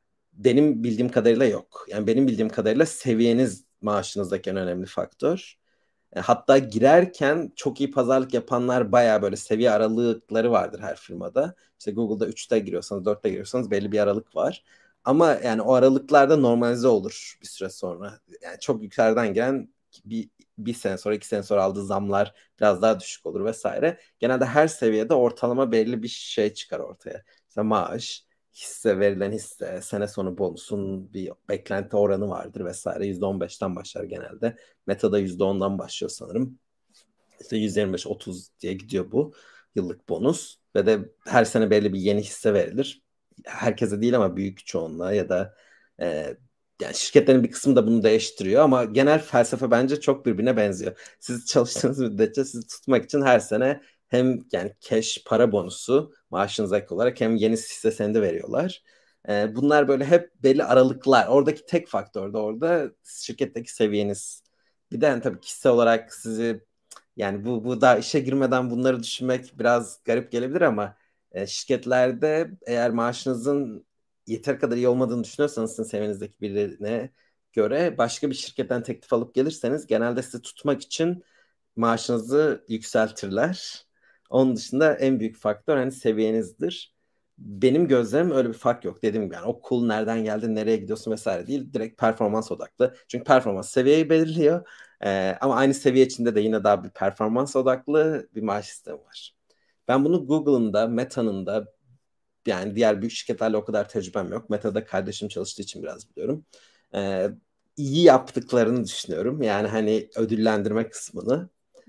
Benim bildiğim kadarıyla yok. Yani benim bildiğim kadarıyla seviyeniz maaşınızdaki en önemli faktör. E, Hatta girerken çok iyi pazarlık yapanlar bayağı böyle seviye aralıkları vardır her firmada. İşte Google'da üçte giriyorsanız, dörtte giriyorsanız belli bir aralık var. Ama yani o aralıklarda normalize olur bir süre sonra. Yani çok yukarıdan gelen bir, bir sene sonra, iki sene sonra aldığı zamlar biraz daha düşük olur vesaire. Genelde her seviyede ortalama belli bir şey çıkar ortaya. İşte maaş, hisse, verilen hisse, sene sonu bonusun bir beklenti oranı vardır vesaire. yüzde on beşten başlar genelde. Meta'da yüzde ondan başlıyor sanırım. İşte yüzde yirmi beş otuz diye gidiyor bu yıllık bonus. Ve de her sene belli bir yeni hisse verilir. Herkese değil ama büyük çoğunluğa ya da e, yani şirketlerin bir kısmı da bunu değiştiriyor ama genel felsefe bence çok birbirine benziyor. Siz çalıştığınız müddetçe sizi tutmak için her sene hem yani cash para bonusu maaşınıza ek olarak hem yeni hisse senedi veriyorlar. E, bunlar böyle hep belli aralıklar. Oradaki tek faktör de orada şirketteki seviyeniz. Bir de hani tabii kişisel olarak sizi yani bu, bu daha işe girmeden bunları düşünmek biraz garip gelebilir ama e, şirketlerde eğer maaşınızın yeter kadar iyi olmadığını düşünüyorsanız sizin seviyenizdeki birine göre başka bir şirketten teklif alıp gelirseniz genelde sizi tutmak için maaşınızı yükseltirler. Onun dışında en büyük faktör hani seviyenizdir. Benim gözlerim öyle bir fark yok. Dediğim gibi yani okul nereden geldi, nereye gidiyorsun vesaire değil. Direkt performans odaklı. Çünkü performans seviyeyi belirliyor. Ee, ama aynı seviye içinde de yine daha bir performans odaklı bir maaş sistemi var. Ben bunu Google'ın da, Meta'nın da yani diğer büyük şirketlerle o kadar tecrübem yok. Meta'da kardeşim çalıştığı için biraz biliyorum. Ee, iyi yaptıklarını düşünüyorum. Yani hani ödüllendirme kısmını.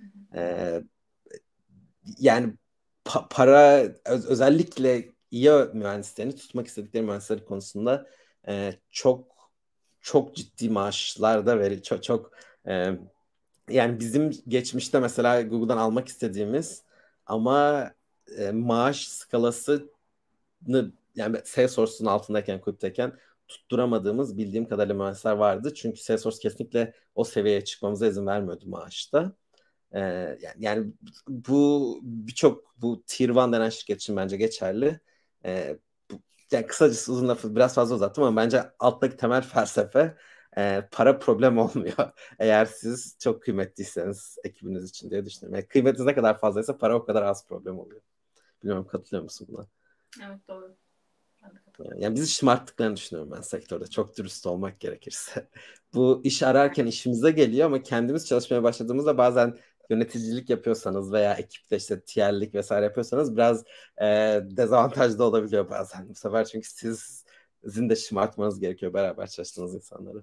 Ee, yani pa- para öz- özellikle iyi mühendislerini tutmak istedikleri mühendisler konusunda e, çok çok ciddi maaşlar da veriyor. Çok çok e, yani bizim geçmişte mesela Google'dan almak istediğimiz ama e, maaş skalasını yani Salesforce'un altındayken kulüpteyken tutturamadığımız bildiğim kadarıyla mühendisler vardı. Çünkü Salesforce kesinlikle o seviyeye çıkmamıza izin vermiyordu maaşta. Ee, yani, yani bu birçok bu Tier bir denen şirket için bence geçerli. Ee, bu, yani kısacası uzun lafı biraz fazla uzattım ama bence alttaki temel felsefe e, para problem olmuyor. Eğer siz çok kıymetliyseniz ekibiniz için diye düşünüyorum. Yani kıymetiniz ne kadar fazlaysa para o kadar az problem oluyor. Bilmiyorum katılıyor musun buna? Evet, doğru. Ben de Yani, katılıyorum. yani bizi şımarttıklarını düşünüyorum ben sektörde. Çok dürüst olmak gerekirse. Bu iş ararken işimize geliyor ama kendimiz çalışmaya başladığımızda bazen yöneticilik yapıyorsanız veya ekipte işte tiyerlik vesaire yapıyorsanız biraz e, dezavantajlı olabiliyor bazen. Bu sefer çünkü siz sizin de şımartmanız gerekiyor beraber çalıştığınız insanları.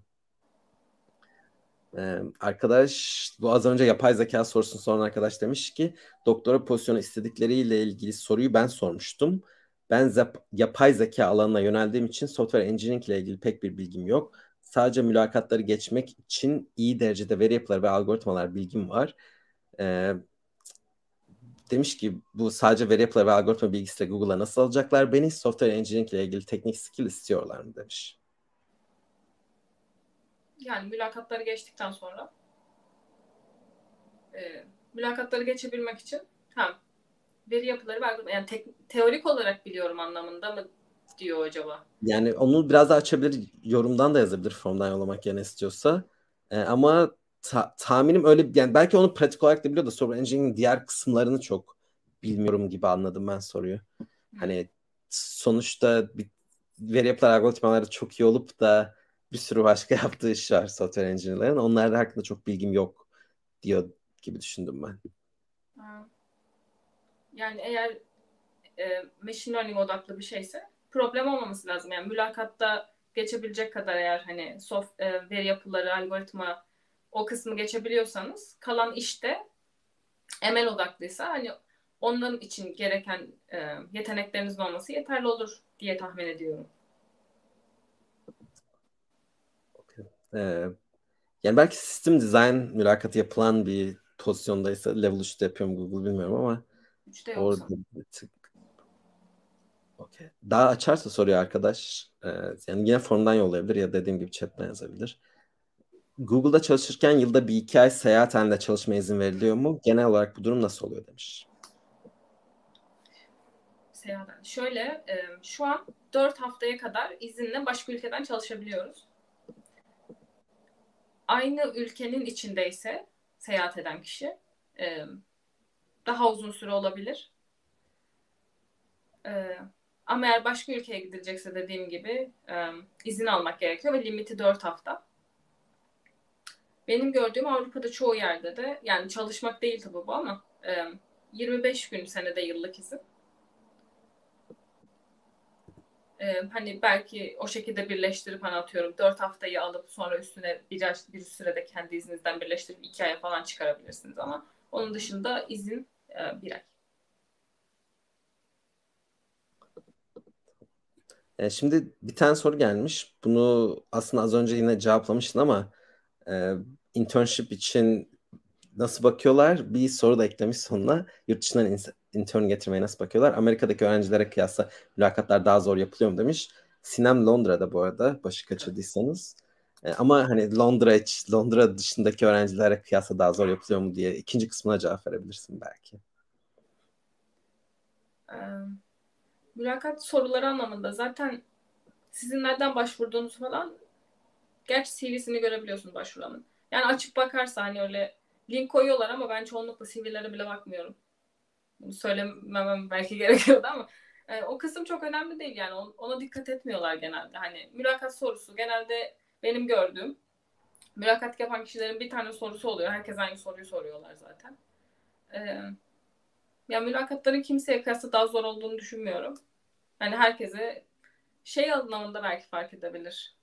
Ee, arkadaş bu az önce yapay zeka sorusunu soran arkadaş demiş ki doktora pozisyonu istedikleriyle ilgili soruyu ben sormuştum. Ben zap- yapay zeka alanına yöneldiğim için software engineering ile ilgili pek bir bilgim yok. Sadece mülakatları geçmek için iyi derecede veri yapıları ve algoritmalar bilgim var. Ee, demiş ki bu sadece veri yapıları ve algoritma bilgisiyle Google'a nasıl alacaklar beni? Software engineering ile ilgili teknik skill istiyorlar mı demiş. Yani mülakatları geçtikten sonra e, mülakatları geçebilmek için ha, veri yapıları var. Yani tek, teorik olarak biliyorum anlamında mı diyor acaba? Yani onu biraz daha açabilir, yorumdan da yazabilir formdan yollamak yerine istiyorsa. Ee, ama ta- tahminim öyle yani belki onu pratik olarak da biliyor da software engineering'in diğer kısımlarını çok bilmiyorum gibi anladım ben soruyu. Hmm. Hani sonuçta bir veri yapılar algoritmaları çok iyi olup da bir sürü başka yaptığı iş var software engineer'ların. Onlar hakkında çok bilgim yok diyor gibi düşündüm ben. Ha. Yani eğer e, machine learning odaklı bir şeyse problem olmaması lazım. Yani mülakatta geçebilecek kadar eğer hani soft, e, veri yapıları, algoritma o kısmı geçebiliyorsanız kalan işte M L odaklıysa hani onların için gereken e, yeteneklerinizin olması yeterli olur diye tahmin ediyorum. Okay. Ee, yani belki sistem design mülakatı yapılan bir pozisyondaysa level üçte yapıyorum Google bilmiyorum ama Üçte orada yoksa. bir tık. Okay. Daha açarsa soruyor arkadaş. Ee, yani yine forumdan yollayabilir ya dediğim gibi chatten yazabilir. Google'da çalışırken yılda bir iki ay seyahat halinde çalışmaya izin veriliyor mu? Genel olarak bu durum nasıl oluyor demiş. Seyahat. Şöyle, e, şu an dört haftaya kadar izinle başka ülkeden çalışabiliyoruz. Aynı ülkenin içindeyse seyahat eden kişi e, daha uzun süre olabilir. E, ama eğer başka ülkeye gidilecekse dediğim gibi e, izin almak gerekiyor ve limiti dört hafta. Benim gördüğüm Avrupa'da çoğu yerde de, yani çalışmak değil tabii bu ama e, yirmi beş gün senede yıllık izin. Ee, hani belki o şekilde birleştirip hani atıyorum dört haftayı alıp sonra üstüne bir, bir sürede kendi izninizden birleştirip iki aya falan çıkarabilirsiniz ama onun dışında izin e, bir ay. E, şimdi bir tane soru gelmiş. Bunu aslında az önce yine cevaplamıştın ama e, internship için nasıl bakıyorlar? Bir soru da eklemiş sonuna. Yurt dışından in- intern getirmeye nasıl bakıyorlar? Amerika'daki öğrencilere kıyasla mülakatlar daha zor yapılıyor mu demiş. Sinem Londra'da bu arada başı kaçırdıysanız. E, ama hani Londra Londra dışındaki öğrencilere kıyasla daha zor yapılıyor mu diye ikinci kısmına cevap verebilirsin belki. Ee, mülakat soruları anlamında zaten sizin nereden başvurduğunuz falan, gerçi C V'sini görebiliyorsunuz başvuranın. Yani açıp bakarsa hani öyle link koyuyorlar ama ben çoğunlukla C V'lere bile bakmıyorum. Bunu söylememem belki gerekiyordu ama e, o kısım çok önemli değil yani ona dikkat etmiyorlar genelde. Hani mülakat sorusu genelde benim gördüğüm, mülakat yapan kişilerin bir tane sorusu oluyor. Herkes aynı soruyu soruyorlar zaten. Ee, ya mülakatların kimseye kıyasla daha zor olduğunu düşünmüyorum. Hani herkese şey anlamında belki fark edebilir.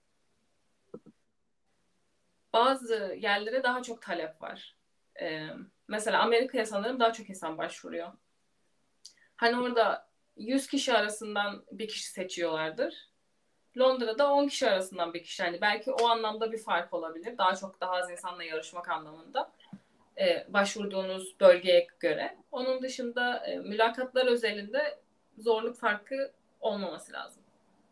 Bazı yerlere daha çok talep var. Ee, mesela Amerika'ya sanırım daha çok insan başvuruyor. Hani orada yüz kişi arasından bir kişi seçiyorlardır. Londra'da on kişi arasından bir kişi. Yani belki o anlamda bir fark olabilir. Daha çok daha az insanla yarışmak anlamında. E, başvurduğunuz bölgeye göre. Onun dışında e, mülakatlar özelinde zorluk farkı olmaması lazım.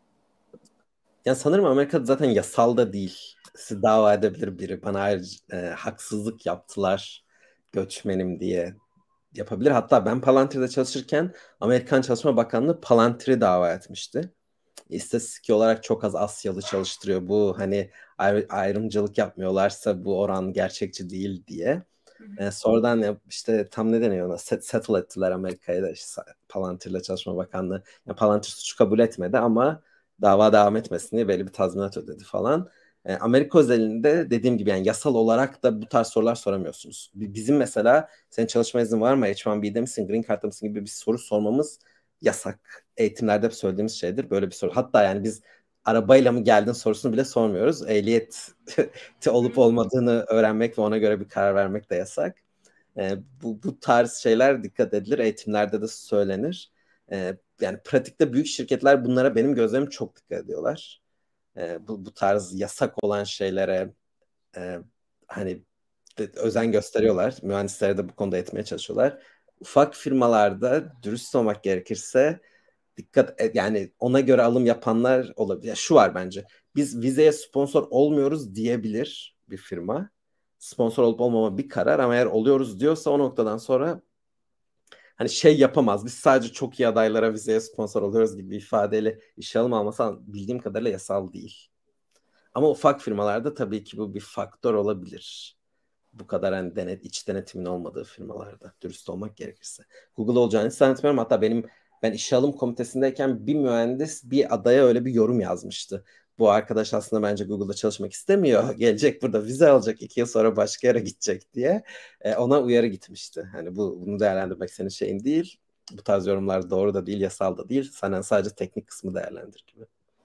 Ya sanırım Amerika'da zaten yasal da değil. Sizi dava edebilir biri. Bana ayrıca, e, haksızlık yaptılar göçmenim diye yapabilir. Hatta ben Palantir'de çalışırken Amerikan Çalışma Bakanlığı Palantir'i dava etmişti. İstatistik olarak çok az Asyalı çalıştırıyor. Bu hani ayrı- ayrımcılık yapmıyorlarsa bu oran gerçekçi değil diye. Hı hı. E, sonradan ya işte tam ne deniyor ona? Set, settle ettiler Amerika'ya da işte Palantir'le Çalışma Bakanlığı. Yani Palantir suçu kabul etmedi ama dava devam etmesin diye belli bir tazminat ödedi falan. E, Amerika özelinde dediğim gibi yani yasal olarak da bu tarz sorular soramıyorsunuz. Bizim mesela senin çalışma iznin var mı? H bir B'de misin? Green Card'da mısın gibi bir soru sormamız yasak. Eğitimlerde hep söylediğimiz şeydir. Böyle bir soru. Hatta yani biz arabayla mı geldin sorusunu bile sormuyoruz. Ehliyet olup olmadığını öğrenmek ve ona göre bir karar vermek de yasak. E, bu, bu tarz şeyler dikkat edilir. Eğitimlerde de söylenir. E, yani pratikte büyük şirketler bunlara benim gözlerim çok dikkat ediyorlar. E, bu, bu tarz yasak olan şeylere e, hani de- özen gösteriyorlar. Mühendislere de bu konuda etmeye çalışıyorlar. Ufak firmalarda dürüst olmak gerekirse dikkat et, yani ona göre alım yapanlar olabilir. Ya şu var bence. Biz vizeye sponsor olmuyoruz diyebilir bir firma. Sponsor olup olmama bir karar ama eğer oluyoruz diyorsa o noktadan sonra hani şey yapamaz. Biz sadece çok iyi adaylara vizeye sponsor oluyoruz gibi bir ifadeyle işe alım alması bildiğim kadarıyla yasal değil. Ama ufak firmalarda tabii ki bu bir faktör olabilir. Bu kadar hani denet, iç denetimin olmadığı firmalarda dürüst olmak gerekirse. Google olacağını hiç zannetmiyorum. Hatta benim ben işe alım komitesindeyken bir mühendis bir adaya öyle bir yorum yazmıştı. Bu arkadaş aslında bence Google'da çalışmak istemiyor. Gelecek burada vize alacak, iki yıl sonra başka yere gidecek diye. E, ona uyarı gitmişti. Hani bu bunu değerlendirmek senin şeyin değil. Bu tarz yorumlar doğru da değil, yasal da değil. Sen sadece teknik kısmı değerlendir gibi.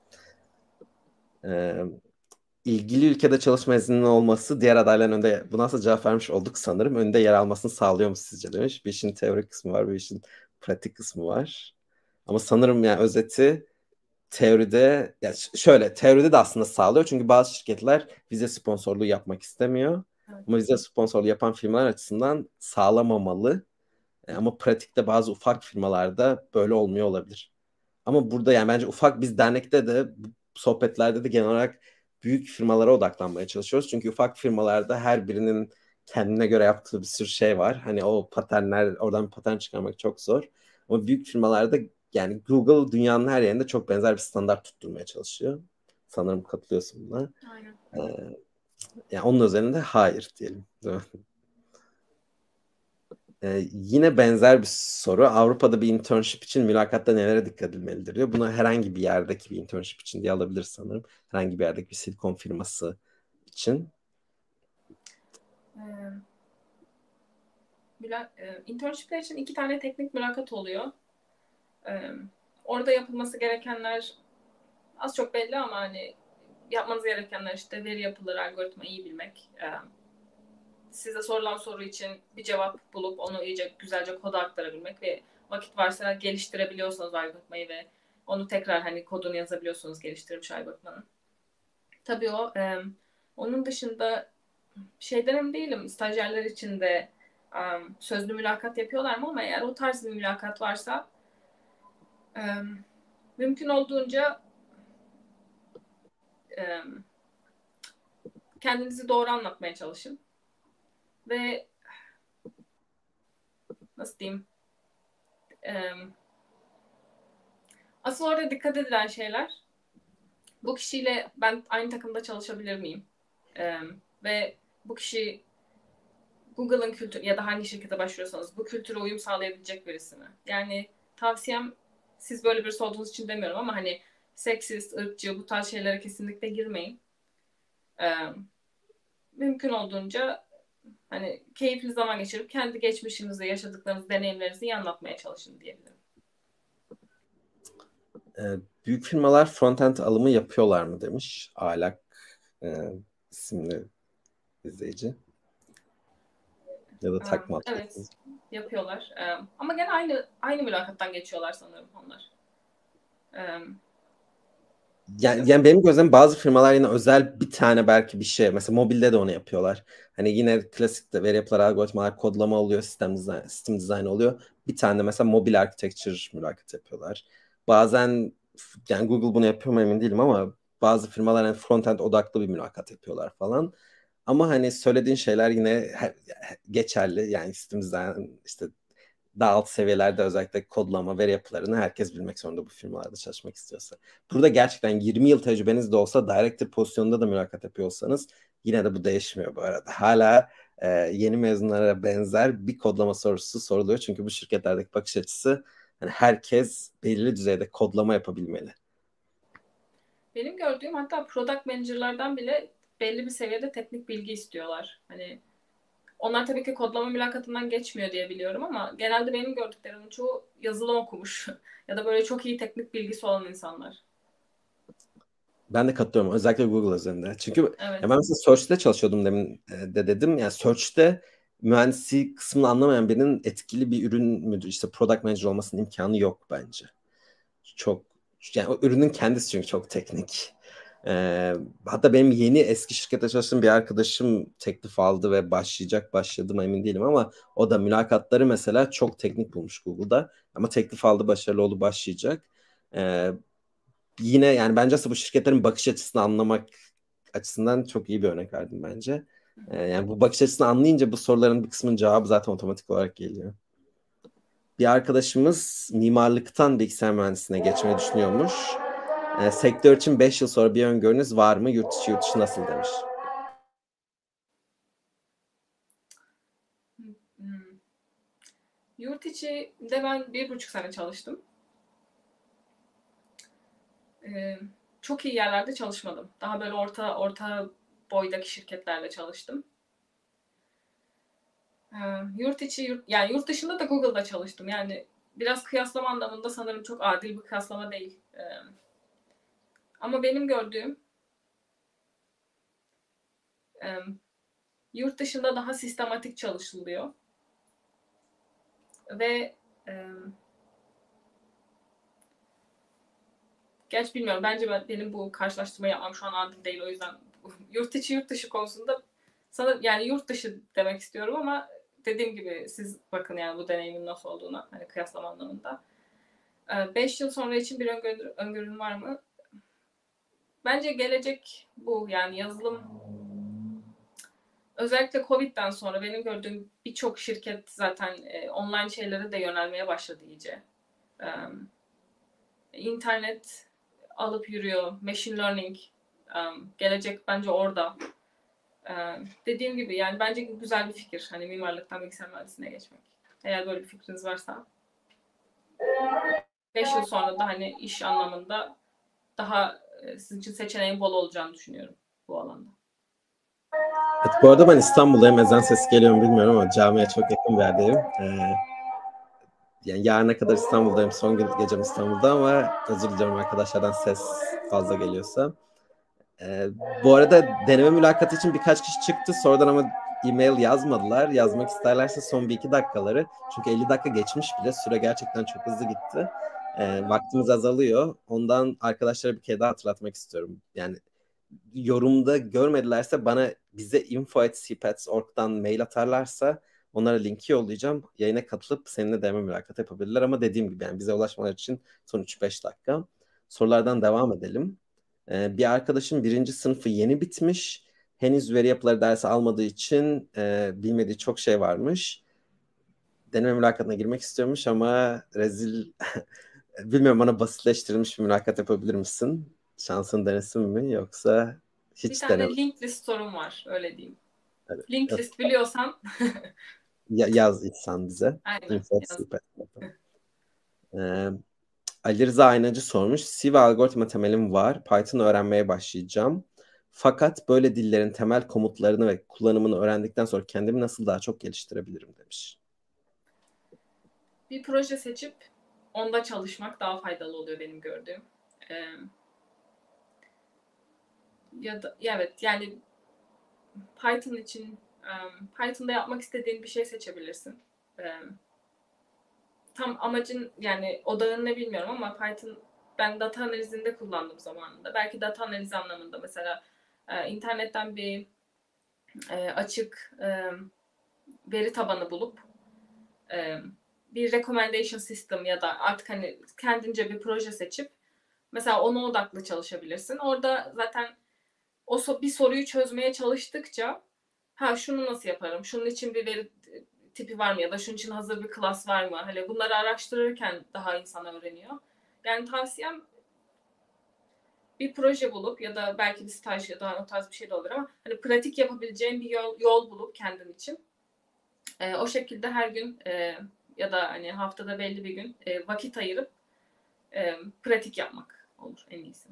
E, ilgili ülkede çalışma izninin olması diğer adayların önünde bu nasıl cevap vermiş olduk sanırım. Önünde yer almasını sağlıyor mu sizce demiş. Bir işin teorik kısmı var, bir işin pratik kısmı var. Ama sanırım yani özeti teoride ya ş- şöyle teoride de aslında sağlıyor. Çünkü bazı şirketler vize sponsorluğu yapmak istemiyor. Evet. Ama vize sponsorluğu yapan firmalar açısından sağlamamalı. E, Ama pratikte bazı ufak firmalarda böyle olmuyor olabilir. Ama burada yani bence ufak biz dernekte de bu sohbetlerde de genel olarak büyük firmalara odaklanmaya çalışıyoruz. Çünkü ufak firmalarda her birinin kendine göre yaptığı bir sürü şey var. Hani o paternler, oradan bir patern çıkarmak çok zor. Ama büyük firmalarda yani Google dünyanın her yerinde çok benzer bir standart tutturmaya çalışıyor. Sanırım katılıyorsun buna. Aynen. Ee, yani onun üzerinde hayır diyelim. Ee, yine benzer bir soru. Avrupa'da bir internship için mülakatta nelere dikkat edilmelidir diyor. Bunu herhangi bir yerdeki bir internship için diye alabiliriz sanırım. Herhangi bir yerdeki bir silikon firması için. Ee, müla- e, internshipler için iki tane teknik mülakat oluyor. Ee, orada yapılması gerekenler az çok belli ama hani yapmanız gerekenler işte veri yapıları, algoritma iyi bilmek. Ee, size sorulan soru için bir cevap bulup onu iyice güzelce koda aktarabilmek ve vakit varsa geliştirebiliyorsanız algoritmayı ve onu tekrar hani kodunu yazabiliyorsunuz geliştirilmiş algoritmanın. Tabii o. E, onun dışında şeyden emin değilim. Stajyerler için de um, sözlü mülakat yapıyorlar mı ama eğer o tarz bir mülakat varsa um, mümkün olduğunca um, kendinizi doğru anlatmaya çalışın. Ve nasıl diyeyim um, asıl orada dikkat edilen şeyler bu kişiyle ben aynı takımda çalışabilir miyim? Um, ve bu kişi Google'ın kültürü ya da hangi şirkete başvuruyorsanız bu kültüre uyum sağlayabilecek birisi mi? Yani tavsiyem siz böyle birisi olduğunuz için demiyorum ama hani seksist, ırkçı bu tarz şeylere kesinlikle girmeyin. Ee, mümkün olduğunca hani keyifli zaman geçirip kendi geçmişinizi, yaşadıklarınızı, deneyimlerinizi iyi anlatmaya çalışın diyebilirim. Ee, büyük firmalar frontend alımı yapıyorlar mı demiş Alak e, isimli izleyici. Ya da Ee, takma evet, atıyorsunuz. yapıyorlar. Ee, ama gene aynı aynı mülakattan geçiyorlar sanırım onlar. Ee, Yani, yani benim gözlemim bazı firmalar yine özel bir tane belki bir şey. Mesela mobilde de onu yapıyorlar. Hani yine klasik de veri yapıları, algoritmalar, kodlama oluyor, sistem design, sistem design oluyor. Bir tane de mesela mobil architecture mülakat yapıyorlar. Bazen yani Google bunu yapıyor mu emin değilim ama bazı firmalar yani frontend odaklı bir mülakat yapıyorlar falan. Ama hani söylediğin şeyler yine geçerli. Yani sistem design işte daha alt seviyelerde özellikle kodlama, veri yapılarını herkes bilmek zorunda bu firmalarda çalışmak istiyorsa. Burada gerçekten yirmi yıl tecrübeniz de olsa director pozisyonunda da mülakat yapıyorsanız yine de bu değişmiyor bu arada. Hala e, yeni mezunlara benzer bir kodlama sorusu soruluyor. Çünkü bu şirketlerdeki bakış açısı hani herkes belirli düzeyde kodlama yapabilmeli. benim gördüğüm hatta product manager'lardan bile belli bir seviyede teknik bilgi istiyorlar. Hani onlar tabii ki kodlama mülakatından geçmiyor diye biliyorum ama genelde benim gördüklerimin çoğu yazılım okumuş ya da böyle çok iyi teknik bilgisi olan insanlar. Ben de katılıyorum. Özellikle Google üzerinde. Çünkü ya Evet. ben mesela Search'te çalışıyordum demin e, de dedim. Yani Search'te mühendislik kısmını anlamayan birinin etkili bir ürün müdür, işte product manager olmasının imkanı yok bence. Çok yani o ürünün kendisi çünkü çok teknik. Ee, hatta benim yeni eski şirkette çalıştığım bir arkadaşım teklif aldı ve başlayacak başladı mı emin değilim ama o da mülakatları mesela çok teknik bulmuş Google'da. Ama teklif aldı, başarılı oldu, başlayacak. Ee, yine yani bence aslında bu şirketlerin bakış açısını anlamak açısından çok iyi bir örnek verdim bence. Ee, yani bu bakış açısını anlayınca bu soruların bir kısmının cevabı zaten otomatik olarak geliyor. Bir arkadaşımız mimarlıktan bilgisayar mühendisliğine geçmeyi düşünüyormuş. Ee, sektör için beş yıl sonra bir öngörünüz var mı? Yurt içi yurt dışı nasıl demiş. Hmm. Yurt içi de ben bir buçuk sene çalıştım. Ee, çok iyi yerlerde çalışmadım. Daha böyle orta orta boydaki şirketlerle çalıştım. Ee, yurt içi, yurt, yani yurt dışında da Google'da çalıştım. Yani biraz kıyaslama anlamında sanırım çok adil bir kıyaslama değil. Ee, ama benim gördüğüm e, yurt dışında daha sistematik çalışılıyor. Ve e, gerçi bilmiyorum. Bence ben, benim bu karşılaştırma yapmam şu an adil değil. O yüzden yurt içi yurt dışı konusunda sana yani yurt dışı demek istiyorum ama dediğim gibi siz bakın yani bu deneyimin nasıl olduğuna hani kıyaslama anlamında. beş yıl sonra için bir öngörü, öngörün var mı? Bence gelecek bu. Yani yazılım, özellikle Covid'den sonra benim gördüğüm birçok şirket zaten e, online şeylere de yönelmeye başladı iyice. E, internet alıp yürüyor. Machine learning. E, gelecek bence orada. E, dediğim gibi yani bence güzel bir fikir. Hani mimarlıktan bilgisayar mühendisliğine geçmek. Eğer böyle bir fikriniz varsa. beş yıl sonra da hani iş anlamında daha e, sizin için seçeneğin bol olacağını düşünüyorum bu alanda. Evet, bu arada ben İstanbul'dayım. Ezan sesi geliyor mu bilmiyorum ama camiye çok yakın bir yerdeyim. Ee, yani yarına kadar İstanbul'dayım. Son gün gecem İstanbul'da ama özür diliyorum arkadaşlardan ses fazla geliyorsa. Ee, bu arada deneme mülakatı için birkaç kişi çıktı. Sonradan ama e-mail yazmadılar. Yazmak isterlerse son bir iki dakikaları. Çünkü elli dakika geçmiş bile. Süre gerçekten çok hızlı gitti. Ee, vaktimiz azalıyor. Ondan arkadaşlara bir kere daha hatırlatmak istiyorum. Yani yorumda görmedilerse bana bize info at c p a t s nokta org'dan mail atarlarsa onlara linki yollayacağım. Yayına katılıp seninle deneme mülakat yapabilirler ama dediğim gibi yani bize ulaşmaları için son üç beş dakika. Sorulardan devam edelim. Ee, bir arkadaşım birinci sınıfı yeni bitmiş. Henüz veri yapıları dersi almadığı için e, bilmediği çok şey varmış. Deneme mülakatına girmek istiyormuş ama rezil bilmiyorum, bana basitleştirilmiş bir mülakat yapabilir misin? Şansın denesin mi yoksa Bir hiç deneme? tane link list sorum var, öyle diyeyim. Evet. Link list biliyorsan Ya- yaz İhsan bize. aynen info at yaz. c p a t nokta com. Ee, Ali Rıza Aynacı sormuş. C ve algoritma temelim var. Python öğrenmeye başlayacağım. Fakat böyle dillerin temel komutlarını ve kullanımını öğrendikten sonra kendimi nasıl daha çok geliştirebilirim demiş. Bir proje seçip onda çalışmak daha faydalı oluyor benim gördüğüm. Ee, ya da ya evet yani Python için um, Python'da yapmak istediğin bir şey seçebilirsin. Ee, tam amacın yani odağın ne bilmiyorum ama Python ben data analizinde kullandım zamanında. Belki data analizi anlamında mesela e, internetten bir e, açık e, veri tabanı bulup e, bir recommendation system ya da artık hani kendince bir proje seçip mesela ona odaklı çalışabilirsin. Orada zaten o so- bir soruyu çözmeye çalıştıkça ha şunu nasıl yaparım? Şunun için bir veri tipi var mı ya da şunun için hazır bir class var mı? Hani bunları araştırırken daha insan öğreniyor. Yani tavsiyem bir proje bulup ya da belki bir staj ya da o tarz bir şey de olur ama hani pratik yapabileceğin bir yol, yol bulup kendin için e, o şekilde her gün e, ya da hani haftada belli bir gün e, vakit ayırıp e, pratik yapmak olur en iyisi.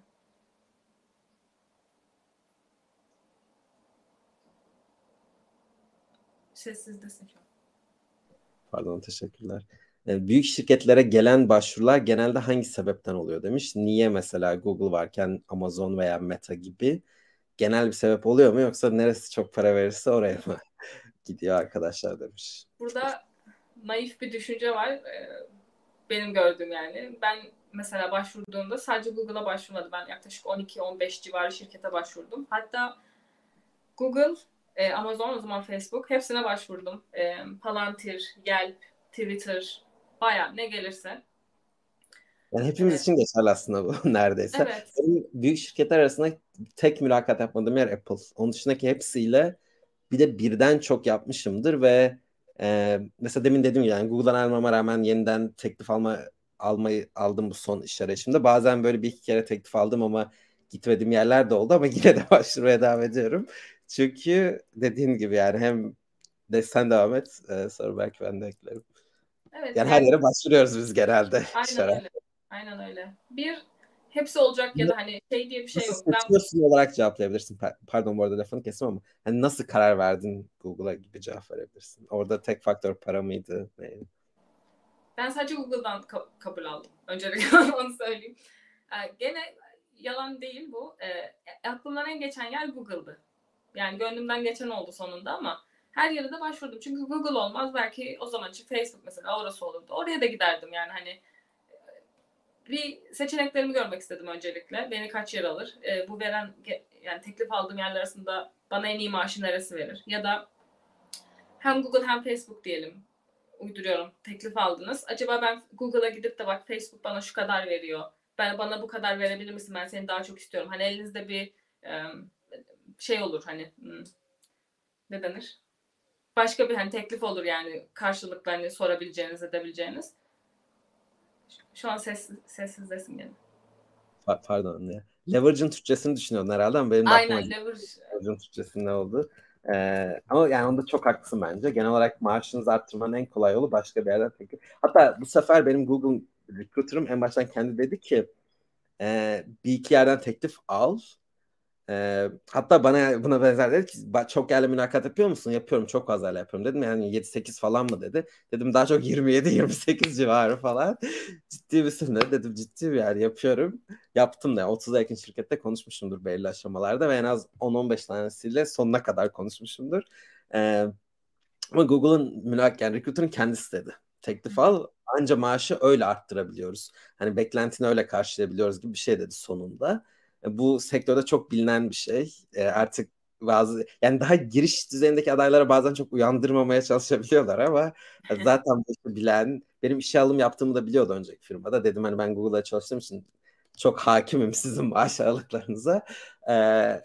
Sessizdesin şu an. Pardon, teşekkürler. Ee, büyük şirketlere gelen başvurular genelde hangi sebepten oluyor demiş. Niye mesela Google varken Amazon veya Meta gibi, genel bir sebep oluyor mu yoksa neresi çok para verirse oraya mı gidiyor arkadaşlar demiş. Burada naif bir düşünce var. Ee, benim gördüğüm yani. Ben mesela başvurduğumda sadece Google'a başvurmadım. Ben yaklaşık on iki on beş civarı şirkete başvurdum. Hatta Google, e, Amazon, o zaman Facebook hepsine başvurdum. E, Palantir, Yelp, Twitter, bayağı ne gelirse. Yani hepimiz E, için geçerli aslında bu neredeyse. evet. Benim büyük şirketler arasında tek mülakat yapmadığım yer Apple. Onun dışındaki hepsiyle bir de birden çok yapmışımdır ve e, mesela demin dediğim gibi yani Google'dan almama rağmen yeniden teklif alma almayı aldım bu son iş arayışımda. Bazen böyle bir iki kere teklif aldım ama gitmediğim yerler de oldu ama yine de başvurmaya devam ediyorum. Çünkü dediğim gibi yani hem de sen devam et, e, sonra belki ben de eklerim. Evet Yani her yani yere başvuruyoruz biz genelde. aynen öyle. Aynen öyle. Bir hepsi olacak ya da hani şey diye bir şey Nasıl yok. Ben seçiyorsun olarak cevaplayabilirsin. Pa- Pardon, bu arada lafını kestim ama hani nasıl karar verdin Google'a gibi cevap verebilirsin. Orada tek faktör para mıydı? Neydi? Ben sadece Google'dan ka- kabul aldım. Öncelikle onu söyleyeyim. Ee, gene yalan değil bu. Ee, aklımdan en geçen yer Google'dı. Yani gönlümden geçen oldu sonunda ama her yere de başvurdum. Çünkü Google olmaz. Belki o zaman için Facebook mesela orası olurdu. Oraya da giderdim yani hani bir seçeneklerimi görmek istedim öncelikle. Beni kaç yer alır? Ee, bu veren yani teklif aldığım yerler arasında bana en iyi maaşı neresi verir? Ya da hem Google hem Facebook diyelim. uyduruyorum. Teklif aldınız. Acaba ben Google'a gidip de bak Facebook bana şu kadar veriyor. Ben bana bu kadar verebilir misin? Ben seni daha çok istiyorum. Hani elinizde bir e, şey olur hani ne denir? Başka bir hani teklif olur yani karşılıklı hani sorabileceğiniz, edebileceğiniz. Şu an sessiz, sessizlesin gene. Pardon ya. Leverage'ın Türkçesini düşünüyordun herhalde ama benim de aklıma Aynen geldi. leverage. Leverage'ın Türkçesi ne oldu? Ee, ama yani onda çok haklısın bence. Genel olarak maaşınızı arttırmanın en kolay yolu başka bir yerden teklif. Hatta bu sefer benim Google Recruiter'ım en baştan kendi dedi ki e, bir iki yerden teklif al. Ee, hatta bana buna benzer dedi ki çok yerle mülakat yapıyor musun? Yapıyorum, çok fazla yerle yapıyorum dedim. Yani yedi sekiz falan mı dedi. Dedim daha çok yirmi yedi yirmi sekiz civarı falan. Ciddi misin ne? Dedim ciddi bir yer yapıyorum. Yaptım da otuza yakın şirkette konuşmuşumdur belli aşamalarda ve en az on on beş tanesiyle sonuna kadar konuşmuşumdur. Ee, ama Google'ın mülak yani recruiter'ın kendisi dedi. Teklif al anca maaşı öyle arttırabiliyoruz. Hani beklentini öyle karşılayabiliyoruz gibi bir şey dedi sonunda. E, Bu sektörde çok bilinen bir şey. E, artık bazı yani daha giriş düzeyindeki adaylara bazen çok uyandırmamaya çalışabiliyorlar ama zaten bu işi bilen benim işe alım yaptığımı da biliyordu önceki firmada. Dedim hani ben Google'da çalıştığım için çok hakimim sizin maaş aralıklarınıza. E,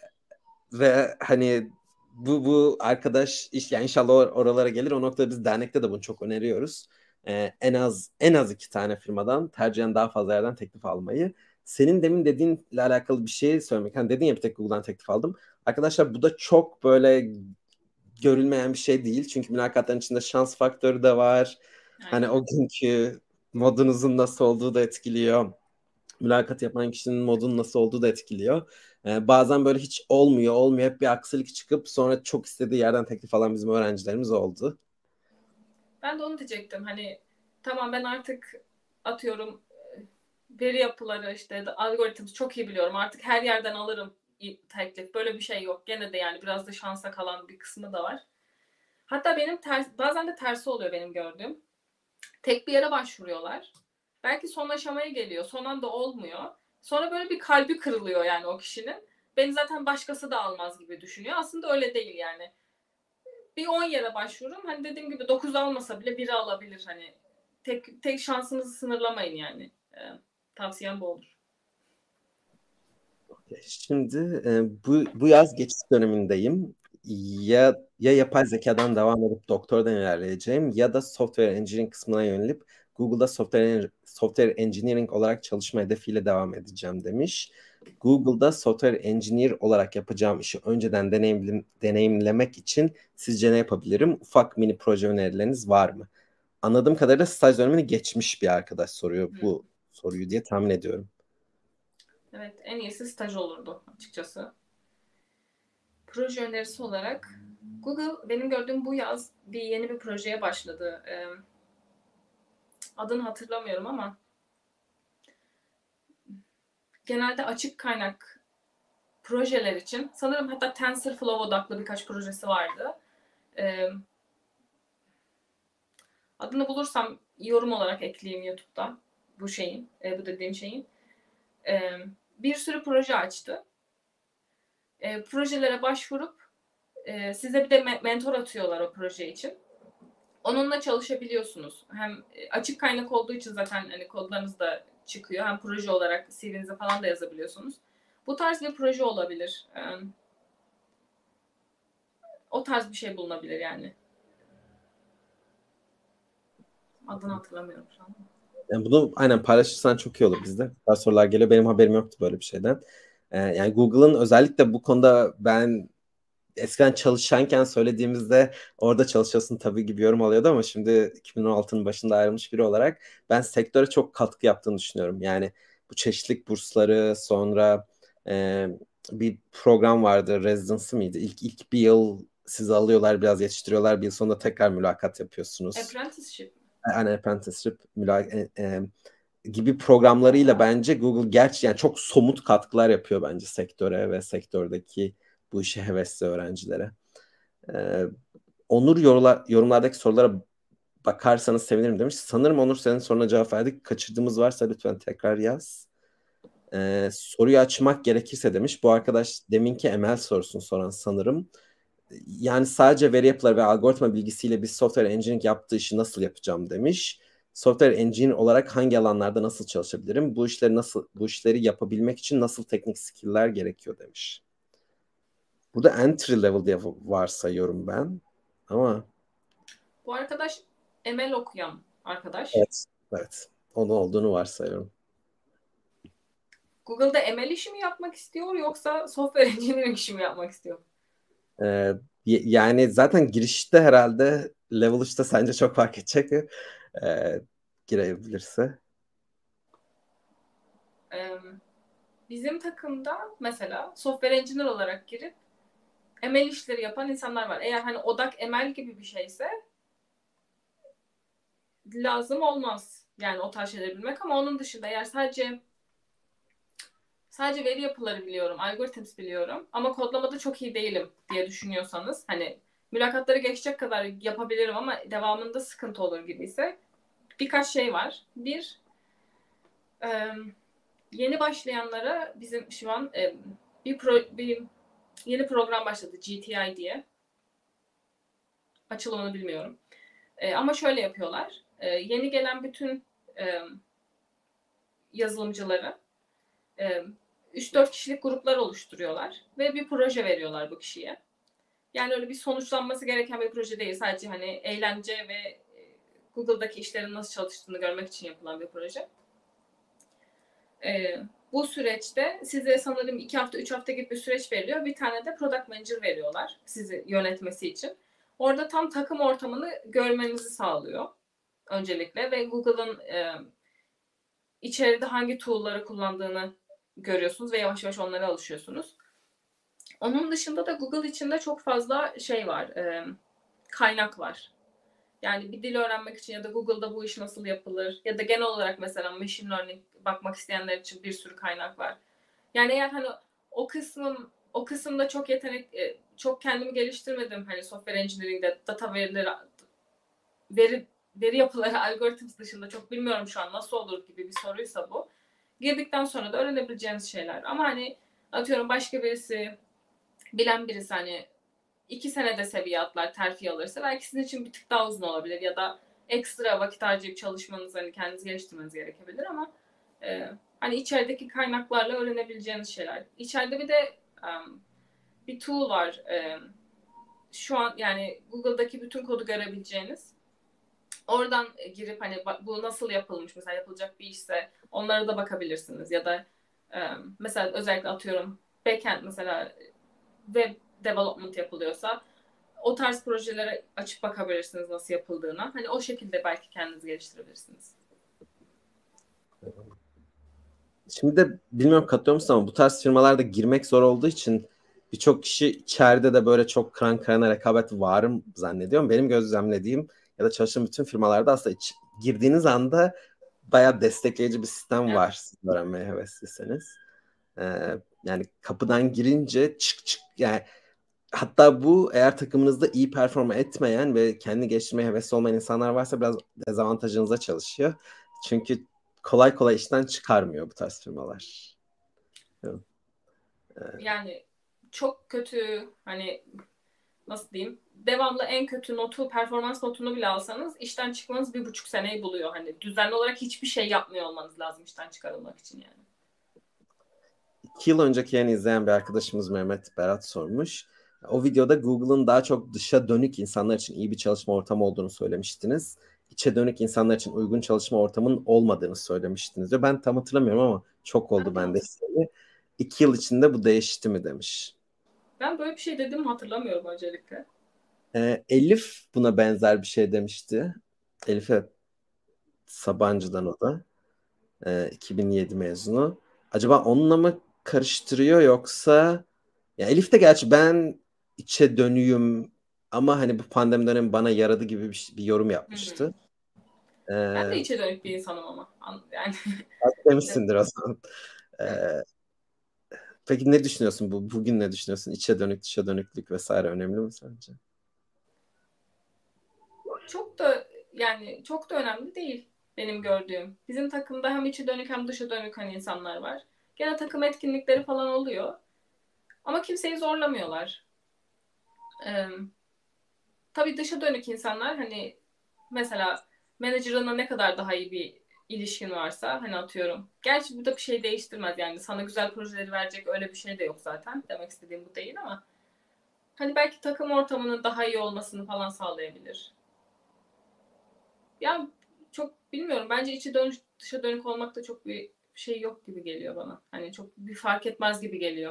ve hani bu bu arkadaş iş yani inşallah or- oralara gelir. O noktada biz dernekte de bunu çok öneriyoruz. Ee, en az en az iki tane firmadan tercihen daha fazla yerden teklif almayı. Senin demin dediğinle alakalı bir şey söylemek. Hani dedin ya bir tek Google'dan teklif aldım. Arkadaşlar bu da çok böyle görülmeyen bir şey değil. Çünkü mülakatların içinde şans faktörü de var. Hani Aynen. o günkü modunuzun nasıl olduğu da etkiliyor, mülakat yapan kişinin modun nasıl olduğu da etkiliyor. Ee, bazen böyle hiç olmuyor, olmuyor. Hep bir aksilik çıkıp sonra çok istediği yerden teklif alan bizim öğrencilerimiz oldu. Ben de onu diyecektim. Hani tamam ben artık atıyorum veri yapıları işte algoritması çok iyi biliyorum. Artık her yerden alırım teklif. Böyle bir şey yok. Gene de yani biraz da şansa kalan bir kısmı da var. Hatta benim ters, bazen de tersi oluyor benim gördüğüm. Tek bir yere başvuruyorlar. Belki son aşamaya geliyor. Son anda olmuyor. Sonra böyle bir kalbi kırılıyor yani o kişinin. Beni zaten başkası da almaz gibi düşünüyor. Aslında öyle değil yani. Bir on yere başvurun. Hani dediğim gibi dokuz almasa bile biri alabilir. Hani tek tek şansınızı sınırlamayın yani. Ee, tavsiyem bu olur. Şimdi e, bu, bu yaz geçiş dönemindeyim. Ya ya yapay zekadan devam edip doktordan ilerleyeceğim ya da software engineering kısmına yönelip Google'da software, software engineering olarak çalışma hedefiyle devam edeceğim demiş. Google'da software engineer olarak yapacağım işi önceden deneyimle, deneyimlemek için sizce ne yapabilirim? Ufak mini proje önerileriniz var mı? Anladığım kadarıyla staj dönemini geçmiş bir arkadaş soruyor Hı. bu soruyu diye tahmin ediyorum. Evet, en iyisi staj olurdu açıkçası. Proje önerisi olarak Google benim gördüğüm bu yaz bir yeni bir projeye başladı. Ee, adını hatırlamıyorum ama genelde açık kaynak projeler için sanırım hatta TensorFlow odaklı birkaç projesi vardı. Ee, adını bulursam yorum olarak ekleyeyim YouTube'da bu şeyin, e, bu dediğim şeyin. Ee, bir sürü proje açtı. E, projelere başvurup e, size bir de mentor atıyorlar o proje için. Onunla çalışabiliyorsunuz. Hem açık kaynak olduğu için zaten hani kodlarınız da çıkıyor. Hem proje olarak C V'nize falan da yazabiliyorsunuz. Bu tarz bir proje olabilir. Ee, o tarz bir şey bulunabilir yani. Adını hatırlamıyorum şu an. Yani bunu aynen paylaşırsan çok iyi olur bizde. Bu tarz sorular geliyor. Benim haberim yoktu böyle bir şeyden. Ee, yani Google'ın özellikle bu konuda ben eskiden çalışanken söylediğimizde orada çalışıyorsun tabii gibi yorum alıyordu ama şimdi iki bin on altının başında ayrılmış biri olarak ben sektöre çok katkı yaptığını düşünüyorum. Yani bu çeşitlilik bursları sonra e, bir program vardı residency miydi? İlk, ilk bir yıl sizi alıyorlar biraz yetiştiriyorlar bir yıl sonra tekrar mülakat yapıyorsunuz. Apprenticeship. Yani apprenticeship mülakat gibi programlarıyla bence Google gerçi yani çok somut katkılar yapıyor bence sektöre ve sektördeki bu işe hevesli öğrencilere. Ee, Onur yorula, yorumlardaki sorulara bakarsanız sevinirim demiş. Sanırım Onur senin soruna cevap verdik. Kaçırdığımız varsa lütfen tekrar yaz. Ee, soruyu açmak gerekirse demiş. Bu arkadaş deminki M L sorusunu soran sanırım. yani sadece veri yapıları ve algoritma bilgisiyle bir software engineering yaptığı işi nasıl yapacağım demiş. Software engineer olarak hangi alanlarda nasıl çalışabilirim? Bu işleri nasıl bu işleri yapabilmek için nasıl teknik skill'ler gerekiyor demiş. Burada entry level diye varsayıyorum ben. Ama Bu arkadaş M L okuyan arkadaş. evet, evet. Onun olduğunu varsayıyorum. Google'da M L işi mi yapmak istiyor yoksa software engineering işi mi yapmak istiyor? Ee, yani zaten girişte herhalde level işte sence çok fark edecek mi? Ee, girebilirse. Ee, bizim takımda mesela software engineer olarak girip M L işleri yapan insanlar var. Eğer hani odak M L gibi bir şeyse lazım olmaz. Yani o tarz şeyleri bilmek ama onun dışında eğer sadece sadece veri yapıları biliyorum, algorithms biliyorum ama kodlamada çok iyi değilim diye düşünüyorsanız hani mülakatları geçecek kadar yapabilirim ama devamında sıkıntı olur gibiyse birkaç şey var. Bir, e, yeni başlayanlara bizim şu an e, bir, pro, bir yeni program başladı G T I diye. Açılımını bilmiyorum. E, ama şöyle yapıyorlar. E, yeni gelen bütün e, yazılımcıları e, üç dört kişilik gruplar oluşturuyorlar ve bir proje veriyorlar bu kişiye. Yani öyle bir sonuçlanması gereken bir proje değil. Sadece hani eğlence ve Google'daki işlerin nasıl çalıştığını görmek için yapılan bir proje. Ee, bu süreçte size sanırım iki hafta, üç hafta gibi bir süreç veriliyor. Bir tane de product manager veriyorlar sizi yönetmesi için. Orada tam takım ortamını görmenizi sağlıyor öncelikle ve Google'ın e, içeride hangi tool'ları kullandığını görüyorsunuz ve yavaş yavaş onlara alışıyorsunuz. Onun dışında da Google içinde çok fazla şey var, e, kaynak var. Yani bir dil öğrenmek için ya da Google'da bu iş nasıl yapılır ya da genel olarak mesela machine learning bakmak isteyenler için bir sürü kaynak var. Yani eğer hani o kısmım o kısımda çok yetenek e, çok kendimi geliştirmedim hani software engineering'de data verileri veri veri yapıları algoritms dışında çok bilmiyorum şu an nasıl olur gibi bir soruysa bu. Girdikten sonra da öğrenebileceğiniz şeyler. Ama hani atıyorum başka birisi bilen birisi hani iki senede seviye atlar, terfi alırsa belki sizin için bir tık daha uzun olabilir ya da ekstra vakit harcayıp çalışmanız, hani kendinizi geliştirmeniz gerekebilir ama e, hani içerideki kaynaklarla öğrenebileceğiniz şeyler. İçeride bir de um, bir tool var. E, şu an yani Google'daki bütün kodu görebileceğiniz. Oradan girip hani bu nasıl yapılmış mesela yapılacak bir işse onlara da bakabilirsiniz ya da e, mesela özellikle atıyorum backend mesela web development yapılıyorsa o tarz projelere açıp bakabilirsiniz nasıl yapıldığına. Hani o şekilde belki kendinizi geliştirebilirsiniz. Şimdi de bilmiyorum katılıyor musun ama bu tarz firmalarda girmek zor olduğu için birçok kişi içeride de böyle çok kıran kırana rekabet var mı zannediyorum. Benim gözlemlediğim ya da çalıştığım bütün firmalarda aslında iç, girdiğiniz anda bayağı destekleyici bir sistem Evet. var siz öğrenmeye hevesliyseniz. Ee, yani kapıdan girince çık çık yani hatta bu eğer takımınızda iyi performa etmeyen ve kendi geliştirmeye hevesli olmayan insanlar varsa biraz dezavantajınıza çalışıyor. Çünkü kolay kolay işten çıkarmıyor bu tarz firmalar. Evet. Yani çok kötü hani nasıl diyeyim devamlı en kötü notu performans notunu bile alsanız işten çıkmanız bir buçuk seneyi buluyor. Hani düzenli olarak hiçbir şey yapmıyor olmanız lazım işten çıkarılmak için yani. İki yıl önceki yayını izleyen bir arkadaşımız Mehmet Berat sormuş. O videoda Google'ın daha çok dışa dönük insanlar için iyi bir çalışma ortamı olduğunu söylemiştiniz. İçe dönük insanlar için uygun çalışma ortamının olmadığını söylemiştiniz diyor. Ben tam hatırlamıyorum ama çok oldu Ben de bende. hatır- İki yıl içinde bu değişti mi demiş. ben böyle bir şey dedim hatırlamıyorum öncelikle. Ee, Elif buna benzer bir şey demişti. Elif evet, Sabancı'dan o da. Ee, iki bin yedi mezunu. Acaba onunla mı karıştırıyor yoksa ya Elif de gerçi ben içe dönüyüm ama hani bu pandemi dönemi bana yaradı gibi bir, bir yorum Hmm. yapmıştı. Ben Ee, de içe dönük bir insanım ama. Yani demişsindir o zaman. Ee, peki ne düşünüyorsun bu bugün ne düşünüyorsun? İçe dönük, dışa dönüklük vesaire önemli mi sence? çok da yani çok da önemli değil benim gördüğüm. Bizim takımda hem içi dönük hem dışı dönük hani insanlar var. Gene takım etkinlikleri falan oluyor. Ama kimseyi zorlamıyorlar. Ee, tabii dışa dönük insanlar hani mesela menajerına ne kadar daha iyi bir ilişkin varsa hani atıyorum. Gerçi bu da bir şey değiştirmez yani sana güzel projeleri verecek öyle bir şey de yok zaten. Demek istediğim bu değil ama hani belki takım ortamının daha iyi olmasını falan sağlayabilir. Ya çok bilmiyorum. Bence içi dönük, dışa dönük olmakta çok bir şey yok gibi geliyor bana. Hani çok bir fark etmez gibi geliyor.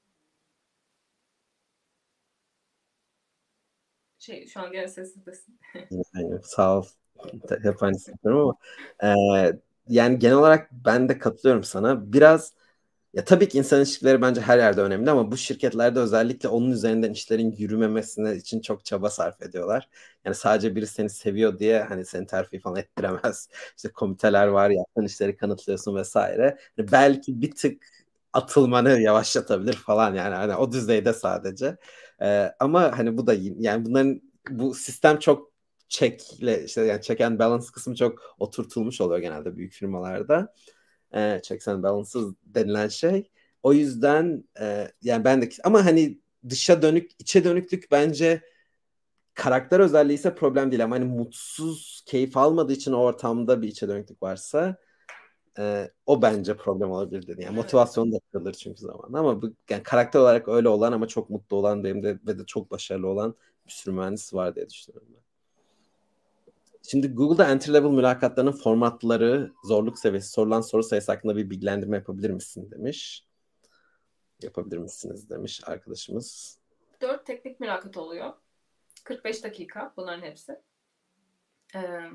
Şey şu an gene sessizdesin. Yani sağ ol. Hep aynısını yapıyorum ama e, yani genel olarak ben de katılıyorum sana. Biraz ya tabii ki insan ilişkileri bence her yerde önemli ama bu şirketlerde özellikle onun üzerinden işlerin yürümemesine için çok çaba sarf ediyorlar. Yani sadece biri seni seviyor diye hani seni terfi falan ettiremez. İşte komiteler var, yaptığın işleri kanıtlıyorsun vesaire. Yani belki bir tık atılmanı yavaşlatabilir falan yani hani o düzeyde sadece. Ee, ama hani bu da yani bunların bu sistem çok checkle işte yani check and balance kısmı çok oturtulmuş oluyor genelde büyük firmalarda. E, checks and balances denilen şey. O yüzden e, yani ben de ama hani dışa dönük, içe dönüklük bence karakter özelliği ise problem değil ama hani mutsuz, keyif almadığı için o ortamda bir içe dönüklük varsa e, o bence problem olabilir dedi. Yani Evet. motivasyon da kırılır çünkü zamanla ama bu yani karakter olarak öyle olan ama çok mutlu olan benim de ve de çok başarılı olan bir sürü mühendis var diye düşünüyorum ben. Şimdi Google'da entry level mülakatlarının formatları, zorluk seviyesi, sorulan soru sayısı hakkında bir bilgilendirme yapabilir misin demiş. Yapabilir misiniz demiş arkadaşımız. Dört teknik mülakat oluyor. kırk beş dakika bunların hepsi. Ee,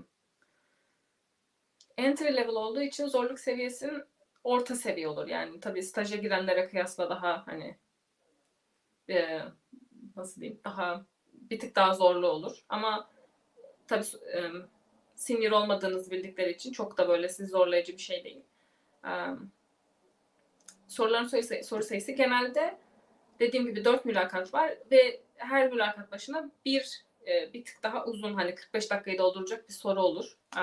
entry level olduğu için zorluk seviyesinin orta seviye olur. Yani tabii staja girenlere kıyasla daha hani e, nasıl diyeyim daha bir tık daha zorlu olur. Ama tabii e, senior olmadığınızı bildikleri için çok da böyle sizi zorlayıcı bir şey değil. E, soruların sayısı, soru sayısı genelde dediğim gibi dört mülakat var ve her mülakat başına bir e, bir tık daha uzun hani kırk beş dakikayı dolduracak bir soru olur. E,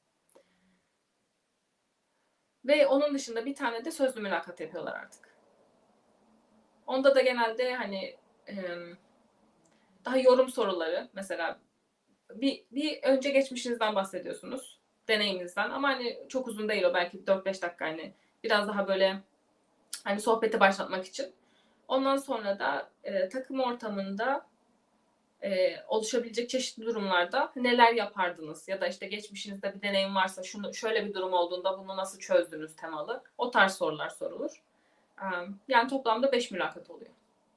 ve onun dışında bir tane de sözlü mülakat yapıyorlar artık. Onda da genelde hani e, daha yorum soruları mesela bir, bir önce geçmişinizden bahsediyorsunuz. Deneyiminizden ama hani çok uzun değil o belki dört beş dakika hani biraz daha böyle hani sohbeti başlatmak için. Ondan sonra da e, takım ortamında e, oluşabilecek çeşitli durumlarda neler yapardınız ya da işte geçmişinizde bir deneyim varsa şunu şöyle bir durum olduğunda bunu nasıl çözdünüz temalı. O tarz sorular sorulur. E, yani toplamda beş mülakat oluyor.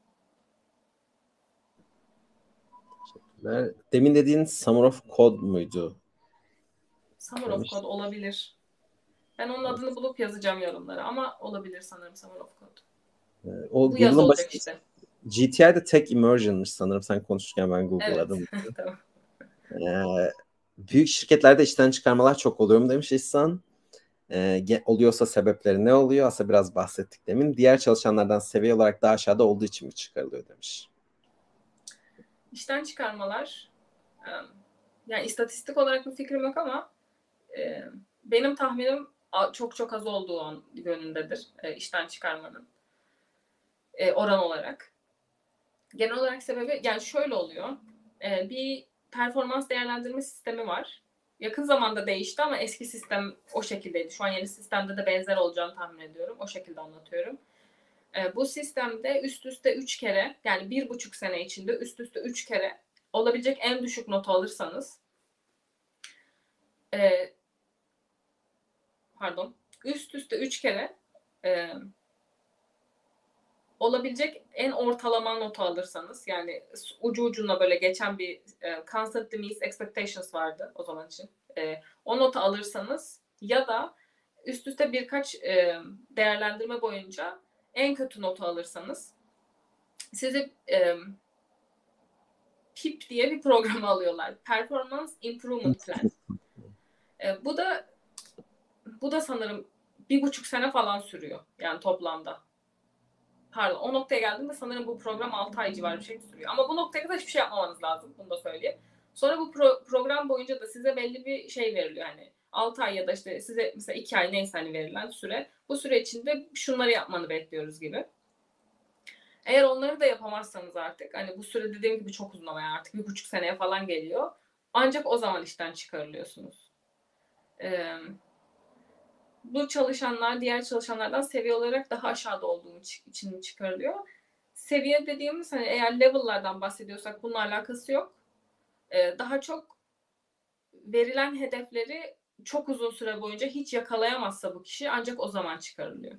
Demin dediğin Summer of Code muydu? Summer of Demiş. Code olabilir. Ben onun adını bulup yazacağım yorumlara ama olabilir sanırım Summer of Code. O Bu yaz Google'ın olacak başında işte. G T I'de Tech Immersion'mış sanırım sen konuşurken ben Evet. Google'ladım. Tamam. Ee, büyük şirketlerde işten çıkarmalar çok oluyor mu demiş İhsan. Ee, oluyorsa sebepleri ne oluyor? Aslında biraz bahsettik demin. Diğer çalışanlardan seviye olarak daha aşağıda olduğu için mi çıkarılıyor demiş. İşten çıkarmalar yani istatistik olarak bir fikrim yok ama benim tahminim çok çok az olduğu yönündedir işten çıkarmanın oran olarak. Genel olarak sebebi yani şöyle oluyor. Bir performans değerlendirme sistemi var. Yakın zamanda değişti ama eski sistem o şekildeydi. Şu an yeni sistemde de benzer olacağını tahmin ediyorum. O şekilde anlatıyorum. Bu sistemde üst üste üç kere yani bir buçuk sene içinde üst üste üç kere olabilecek en düşük notu alırsanız pardon üst üste üç kere olabilecek en ortalama notu alırsanız yani ucu ucuna böyle geçen bir e, constantly meets expectations vardı o zaman için. E, o notu alırsanız ya da üst üste birkaç e, değerlendirme boyunca en kötü notu alırsanız sizi e, P I P diye bir program alıyorlar. Performance Improvement Plan. E, bu da bu da sanırım bir buçuk sene falan sürüyor yani toplamda. Pardon o noktaya geldiğinde sanırım bu program altı ay civarı bir şey sürüyor. Ama bu noktaya kadar hiçbir şey yapmamanız lazım. Bunu da söyleyeyim. Sonra bu pro- program boyunca da size belli bir şey veriliyor. Yani altı ay ya da işte size mesela iki ay neyse hani verilen süre. Bu süre içinde şunları yapmanı bekliyoruz gibi. Eğer onları da yapamazsanız artık, hani bu süre dediğim gibi çok uzun ama yani artık bir buçuk seneye falan geliyor. Ancak o zaman işten çıkarılıyorsunuz. Emm, bu çalışanlar diğer çalışanlardan seviye olarak daha aşağıda olduğu için çıkarılıyor. Seviye dediğimiz hani eğer level'lardan bahsediyorsak bununla alakası yok. Eee, daha çok verilen hedefleri çok uzun süre boyunca hiç yakalayamazsa bu kişi ancak o zaman çıkarılıyor.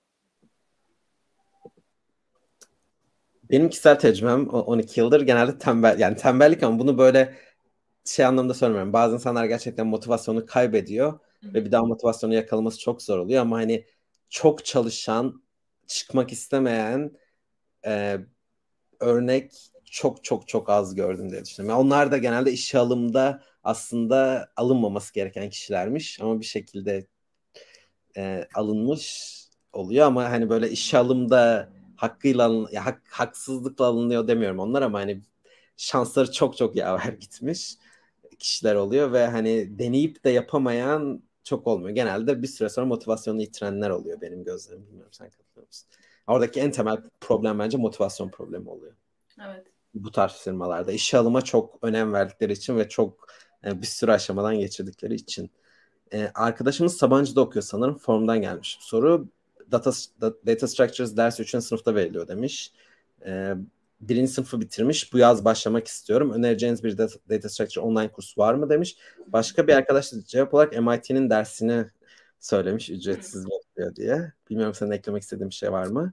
Benim kişisel tecrübem on iki yıldır genelde tembel, yani tembellik, ama bunu böyle şey anlamda söylemiyorum. Bazı insanlar gerçekten motivasyonu kaybediyor Hı hı. ve bir daha motivasyonu yakalaması çok zor oluyor, ama hani çok çalışan, çıkmak istemeyen e, örnek çok çok çok az gördüm diye düşünüyorum. Yani onlar da genelde işe alımda aslında alınmaması gereken kişilermiş ama bir şekilde e, alınmış oluyor, ama hani böyle işe alımda hakkıyla alın, ya hak, haksızlıkla alınıyor demiyorum onlar, ama hani şansları çok çok yaver gitmiş kişiler oluyor ve hani deneyip de yapamayan çok olmuyor. Genelde bir süre sonra motivasyonu yitirenler oluyor benim gözlerim. Bilmiyorum, sen katılıyor musun? Oradaki en temel problem bence motivasyon problemi oluyor. Evet. Bu tarz firmalarda işe alıma çok önem verdikleri için ve çok e, bir sürü aşamadan geçirdikleri için. E, arkadaşımız Sabancı'da okuyor sanırım. Formdan gelmiş bu soru. Data, Data Structures dersi üçüncü sınıfta veriliyor demiş. E, birinci sınıfı bitirmiş. Bu yaz başlamak istiyorum. Önereceğiniz bir Data, Data Structure online kurs var mı demiş. Başka bir arkadaş da cevap olarak M I T'nin dersini söylemiş. Ücretsiz veriliyor diye. Bilmiyorum, senin eklemek istediğin bir şey var mı?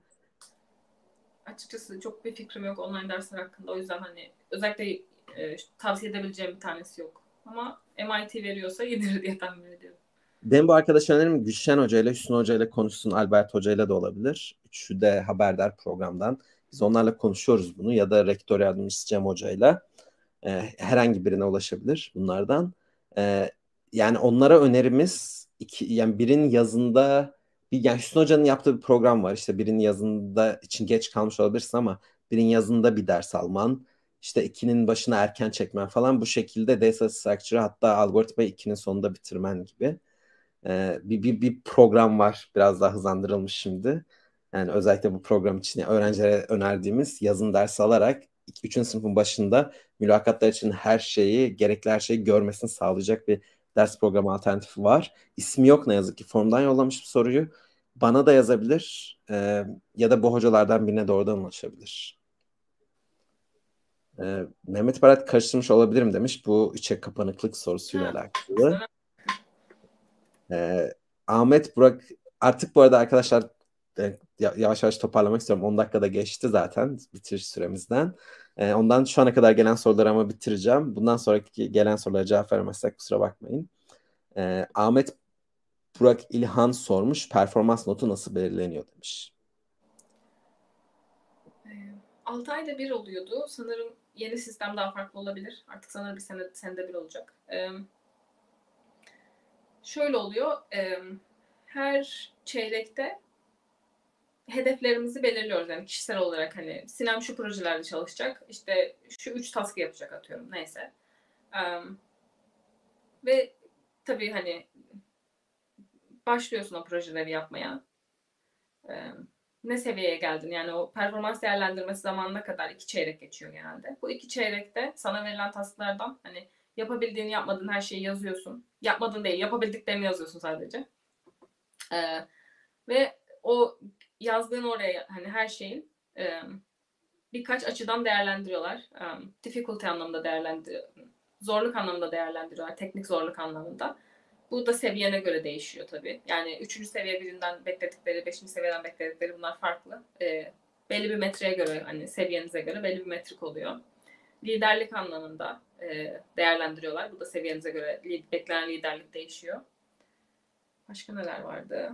Açıkçası çok bir fikrim yok online dersler hakkında. O yüzden hani özellikle e, tavsiye edebileceğim bir tanesi yok. Ama M I T veriyorsa iyidir diye tahmin ediyorum. Benim bu arkadaş önerim Gülşen Hoca ile Hüsnü Hoca ile konuşsun. Albert Hoca ile de olabilir. Üçü de haberdar programdan. Biz onlarla konuşuyoruz bunu, ya da rektör yardımcısı Cem Hoca ile. E, herhangi birine ulaşabilir bunlardan. E, yani onlara önerimiz iki, yani birinin yazında bir, yani Hüsnü Hoca'nın yaptığı bir program var. İşte birinin yazında için geç kalmış olabilirsin ama birinin yazında bir ders alman. İşte ikinin başına erken çekmen falan, bu şekilde data structure, hatta algoritma ikinin sonunda bitirmen gibi. Ee, bir, bir, bir program var. Biraz daha hızlandırılmış şimdi. Yani özellikle bu program için öğrencilere önerdiğimiz yazın ders alarak üçüncü sınıfın başında mülakatlar için her şeyi, gerekli her şeyi görmesini sağlayacak bir ders programı alternatifi var. İsmi yok ne yazık ki. Formdan yollamış bir soruyu. Bana da yazabilir. Ee, ya da bu hocalardan birine doğrudan ulaşabilir. Ee, Mehmet Barat karıştırmış olabilirim demiş bu içe kapanıklık sorusuyla Ha, alakalı. sana Ee, Ahmet Burak, artık bu arada arkadaşlar e, yavaş yavaş toparlamak istiyorum. on dakikada geçti zaten bitiriş süremizden. Ee, ondan şu ana kadar gelen soruları ama bitireceğim. Bundan sonraki gelen sorulara cevap vermezsek kusura bakmayın. Ee, Ahmet Burak İlhan sormuş. Performans notu nasıl belirleniyor demiş. altı ayda bir oluyordu. Sanırım yeni sistem daha farklı olabilir. Artık sanırım bir sene, senede bir olacak. Ee, şöyle oluyor. E, her çeyrekte hedeflerimizi belirliyoruz. Yani kişisel olarak hani Sinem şu projelerde çalışacak. İşte şu üç task'ı yapacak atıyorum. Neyse. Ee, ve tabii hani başlıyorsun o projeleri yapmaya. Ee, ne seviyeye geldin? Yani o performans değerlendirmesi zamanına kadar iki çeyrek geçiyor genelde. Bu iki çeyrekte sana verilen tasklardan hani yapabildiğini yapmadığın her şeyi yazıyorsun. Yapmadığın değil, yapabildiklerini yazıyorsun sadece. Ee, ve o yazdığın oraya hani her şeyin e, birkaç açıdan değerlendiriyorlar. Um, difficulty anlamında değerlendiriyor. Zorluk anlamında değerlendiriyorlar. Teknik zorluk anlamında. Bu da seviyene göre değişiyor tabii. Yani üçüncü seviye birinden bekledikleri, beşinci seviyeden bekledikleri bunlar farklı. E, belli bir metreye göre, hani seviyenize göre belli bir metrik oluyor. Liderlik anlamında e, değerlendiriyorlar. Bu da seviyenize göre beklenen liderlik değişiyor. Başka neler vardı?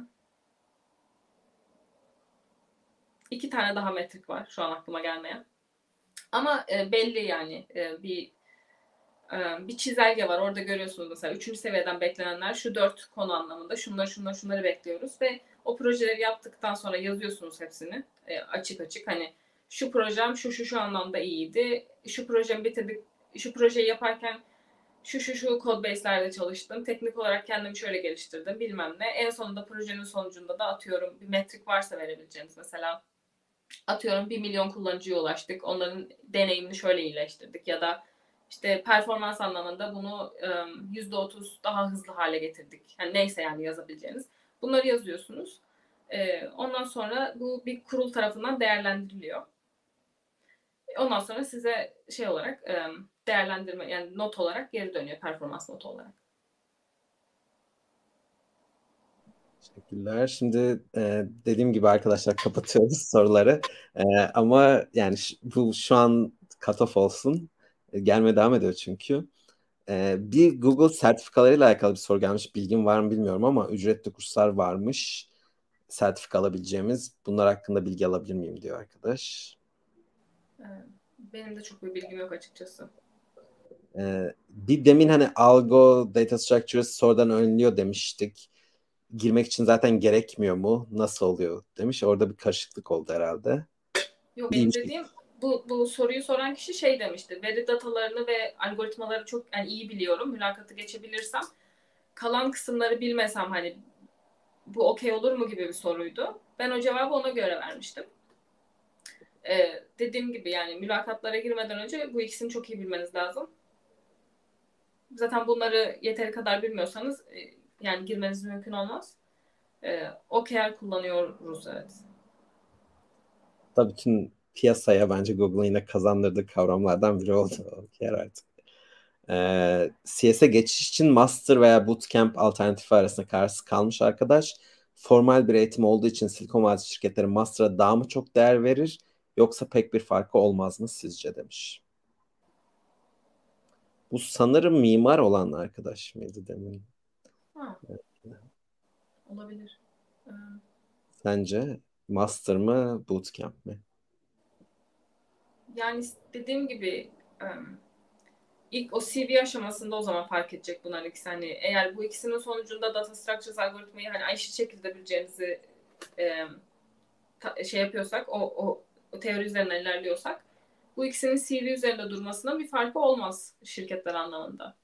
İki tane daha metrik var şu an aklıma gelmeyen. Ama e, belli yani e, bir e, bir çizelge var. Orada görüyorsunuz mesela üçüncü seviyeden beklenenler şu dört konu anlamında. Şunları şunları şunları bekliyoruz ve o projeleri yaptıktan sonra yazıyorsunuz hepsini e, açık açık. Hani şu projem şu şu şu anlamda iyiydi. Şu projemi bitirdik. Şu projeyi yaparken şu şu şu code base'lerde çalıştım. Teknik olarak kendimi şöyle geliştirdim bilmem ne. En sonunda projenin sonucunda da atıyorum bir metrik varsa verebileceğiniz mesela atıyorum bir milyon kullanıcıya ulaştık. Onların deneyimini şöyle iyileştirdik ya da işte performans anlamında bunu yüzde otuz daha hızlı hale getirdik. Yani neyse yani yazabileceğiniz. Bunları yazıyorsunuz. Ondan sonra bu bir kurul tarafından değerlendiriliyor. Ondan sonra size şey olarak değerlendirme yani not olarak geri dönüyor, performans notu olarak. Teşekkürler. Şimdi e, dediğim gibi arkadaşlar kapatıyoruz soruları. E, ama yani ş- bu şu an cut off olsun. E, gelmeye devam ediyor çünkü. E, bir Google sertifikalarıyla alakalı bir soru gelmiş. Bilgin var mı bilmiyorum ama ücretli kurslar varmış. Sertifika alabileceğimiz. Bunlar hakkında bilgi alabilir miyim diyor arkadaş. Benim de çok bir bilgim yok açıkçası. E, bir demin hani algo data structures sorudan önlüyor demiştik. Girmek için zaten gerekmiyor mu? Nasıl oluyor demiş. Orada bir karışıklık oldu herhalde. Yok İyi benim bir şey. dediğim bu, bu soruyu soran kişi şey demişti. Veri datalarını ve algoritmaları çok yani iyi biliyorum. Mülakatı geçebilirsem kalan kısımları bilmesem hani bu okey olur mu gibi bir soruydu. Ben o cevabı ona göre vermiştim. Ee, dediğim gibi yani mülakatlara girmeden önce bu ikisini çok iyi bilmeniz lazım. Zaten bunları yeteri kadar bilmiyorsanız e, yani girmeniz mümkün olmaz. Ee, O K R kullanıyoruz evet. Da bütün piyasaya bence Google'ın yine kazandırdığı kavramlardan biri oldu. O yer artık. Ee, C S'e geçiş için master veya bootcamp alternatifi arasında kararsız kalmış arkadaş. Formal bir eğitim olduğu için Silikon Vadisi şirketleri master'a daha mı çok değer verir yoksa pek bir farkı olmaz mı sizce demiş. Bu sanırım mimar olan arkadaş mıydı demin? Ha, olabilir. Ee, Sence master mı bootcamp mi? Yani dediğim gibi ilk o C V aşamasında o zaman fark edecek bunların ikisi. Hani eğer bu ikisinin sonucunda data structures algoritmayı hani eşit şekilde bileceğinizi e, ta, şey yapıyorsak, o, o, o teori üzerinden ilerliyorsak bu ikisinin C V üzerinde durmasına bir farkı olmaz şirketler anlamında.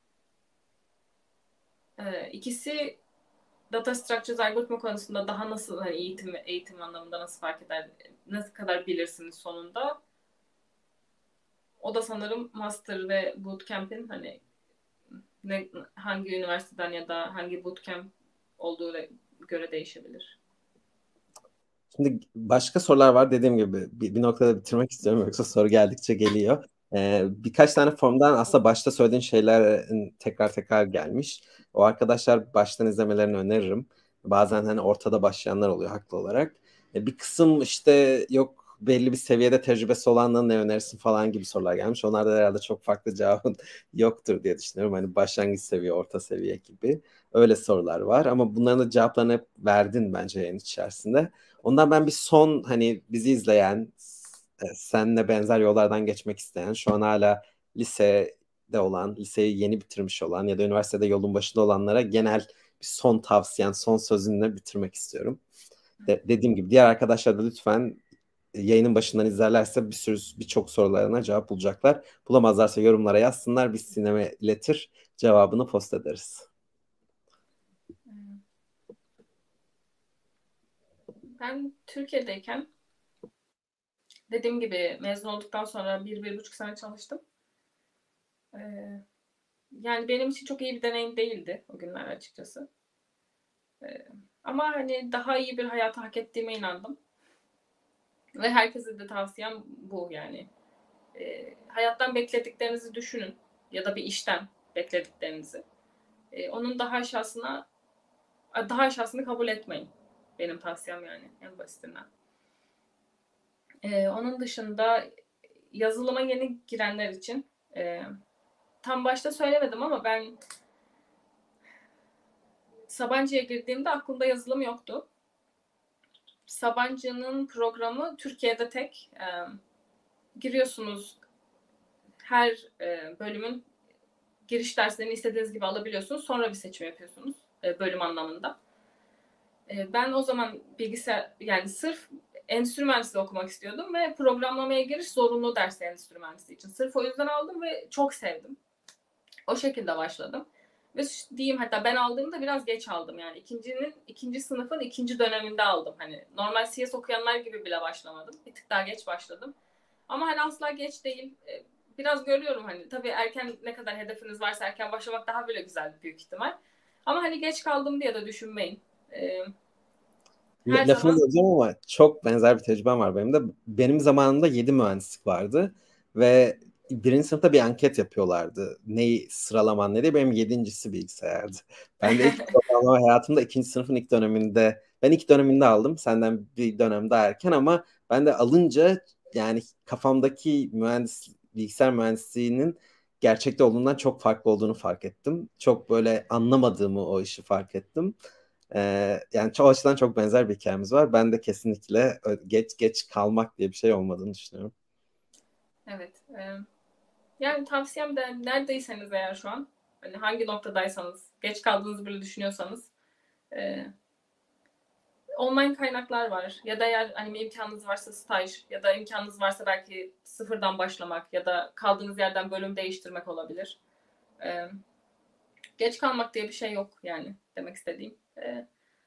E, ikisi data structures algoritma konusunda daha nasıl hani eğitim eğitim anlamında nasıl fark eder, nasıl kadar bilirsiniz sonunda. O da sanırım master ve bootcamp'in hani ne, hangi üniversiteden ya da hangi bootcamp olduğu göre değişebilir. Şimdi başka sorular var dediğim gibi bir, bir noktada bitirmek istiyorum yoksa soru geldikçe geliyor. Ee, birkaç tane formdan aslında başta söylediğin şeyler tekrar tekrar gelmiş. O arkadaşlar baştan izlemelerini öneririm. Bazen hani ortada başlayanlar oluyor haklı olarak. Ee, bir kısım işte yok belli bir seviyede tecrübesi olanla ne önerirsin falan gibi sorular gelmiş. Onlarda herhalde çok farklı cevabın yoktur diye düşünüyorum. Hani başlangıç seviye, orta seviye gibi öyle sorular var. Ama bunların da cevaplarını hep verdin bence yayın içerisinde. Ondan ben bir son hani bizi izleyen, e, seninle benzer yollardan geçmek isteyen, şu an hala lisede olan, liseyi yeni bitirmiş olan ya da üniversitede yolun başında olanlara genel bir son tavsiyen, son sözünle bitirmek istiyorum. De- dediğim gibi diğer arkadaşlar da lütfen e, yayının başından izlerlerse bir sürü birçok sorularına cevap bulacaklar. Bulamazlarsa yorumlara yazsınlar, biz sineme iletir, cevabını post ederiz. Ben Türkiye'deyken dediğim gibi mezun olduktan sonra bir, bir buçuk sene çalıştım. Ee, Yani benim için çok iyi bir deneyim değildi o günler açıkçası. Ee, Ama hani daha iyi bir hayatı hak ettiğime inandım. Ve herkese de tavsiyem bu yani. Ee, hayattan beklediklerinizi düşünün. Ya da bir işten beklediklerinizi. Ee, onun daha aşağısına daha aşağısını kabul etmeyin. Benim tavsiyem yani en basitinden. Ee, onun dışında yazılıma yeni girenler için e, tam başta söylemedim ama ben Sabancı'ya girdiğimde aklımda yazılım yoktu. Sabancı'nın programı Türkiye'de tek. E, giriyorsunuz her e, bölümün giriş derslerini istediğiniz gibi alabiliyorsunuz. Sonra bir seçim yapıyorsunuz e, bölüm anlamında. E, ben o zaman bilgisayar yani sırf endüstri mühendisliği okumak istiyordum ve programlamaya giriş zorunlu ders endüstri mühendisliği için. Sırf o yüzden aldım ve çok sevdim. O şekilde başladım. Ve diyeyim hatta ben aldığımda biraz geç aldım yani. İkincinin, ikinci sınıfın ikinci döneminde aldım. Hani normal C S okuyanlar gibi bile başlamadım. Bir tık daha geç başladım. Ama hani asla geç değil. Biraz görüyorum hani tabii erken ne kadar hedefiniz varsa erken başlamak daha böyle güzel büyük ihtimal. Ama hani geç kaldım diye de düşünmeyin. Ee, her Lafını zaman böleceğim ama çok benzer bir tecrübem var benim de. Benim zamanımda yedi mühendislik vardı ve birinci sınıfta bir anket yapıyorlardı. Neyi sıralaman ne diye, benim yedincisi bilgisayardı. Ben de ilk programlama hayatımda ikinci sınıfın ilk döneminde, ben ilk döneminde aldım. Senden bir dönem daha erken ama ben de alınca yani kafamdaki mühendis, bilgisayar mühendisliğinin gerçekte olduğundan çok farklı olduğunu fark ettim. Çok böyle anlamadığımı o işi fark ettim. Ee, yani çoğu açıdan çok benzer bir hikayemiz var. Ben de kesinlikle geç geç kalmak diye bir şey olmadığını düşünüyorum. evet. E, yani tavsiyem de neredeyseniz eğer şu an hani hangi noktadaysanız geç kaldığınızı bile düşünüyorsanız e, online kaynaklar var. Ya da eğer hani imkanınız varsa staj ya da imkanınız varsa belki sıfırdan başlamak ya da kaldığınız yerden bölüm değiştirmek olabilir. E, geç kalmak diye bir şey yok yani demek istediğim. E,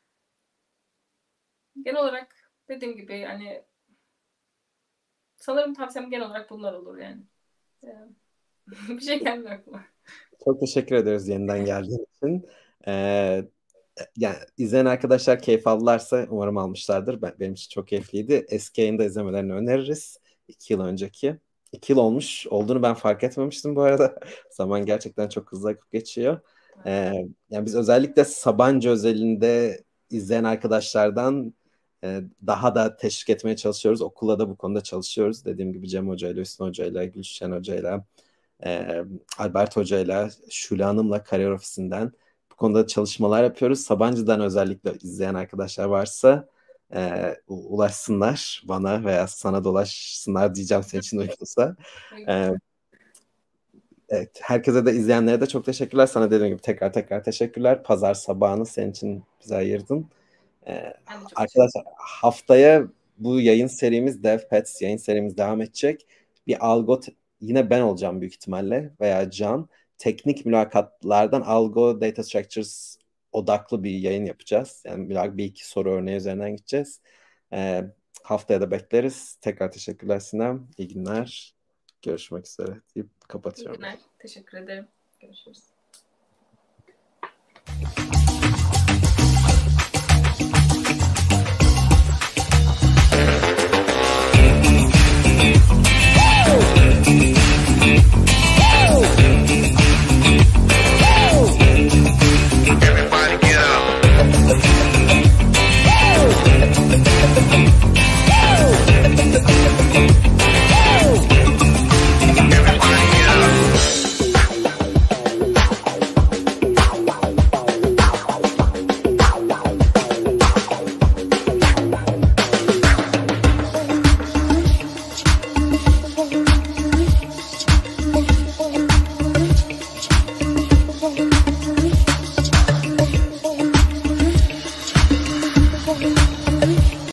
genel olarak dediğim gibi hani sanırım tavsiyem genel olarak bunlar olur yani. E, bir şey gelmiyor aklıma. Çok teşekkür ederiz yeniden geldiğin için. Ee, yani izleyen arkadaşlar keyif aldılarsa umarım almışlardır. Ben, benim için çok keyifliydi. Eski yayında izlemelerini öneririz. İki yıl önceki. İki yıl olmuş olduğunu ben fark etmemiştim bu arada. Zaman gerçekten çok hızlı akıp geçiyor. Ee, yani biz özellikle Sabancı özelinde izleyen arkadaşlardan e, daha da teşvik etmeye çalışıyoruz. Okulda da bu konuda çalışıyoruz. Dediğim gibi Cem Hoca ile, Hüsnü Hoca ile, Gülşen Hoca ile, e, Albert Hoca ile, Şule Hanım'la kariyer ofisinden bu konuda çalışmalar yapıyoruz. Sabancı'dan özellikle izleyen arkadaşlar varsa e, ulaşsınlar bana veya sana dolaşsınlar diyeceğim senin için uygunsa. E, evet, herkese de izleyenlere de çok teşekkürler. Sana dediğim gibi tekrar tekrar teşekkürler. Pazar sabahını senin için bize ayırdın. Ee, Ben de çok teşekkür arkadaşlar haftaya bu yayın serimiz DevPets yayın serimiz devam edecek. Bir algo yine ben olacağım büyük ihtimalle veya Can. Teknik mülakatlardan algo data structures odaklı bir yayın yapacağız. Yani bir, bir iki soru örneği üzerinden gideceğiz. Ee, haftaya da bekleriz. Tekrar teşekkürler Sinem. İyi günler. Görüşmek üzere deyip İyi kapatıyorum. günler. Teşekkür ederim. Görüşürüz.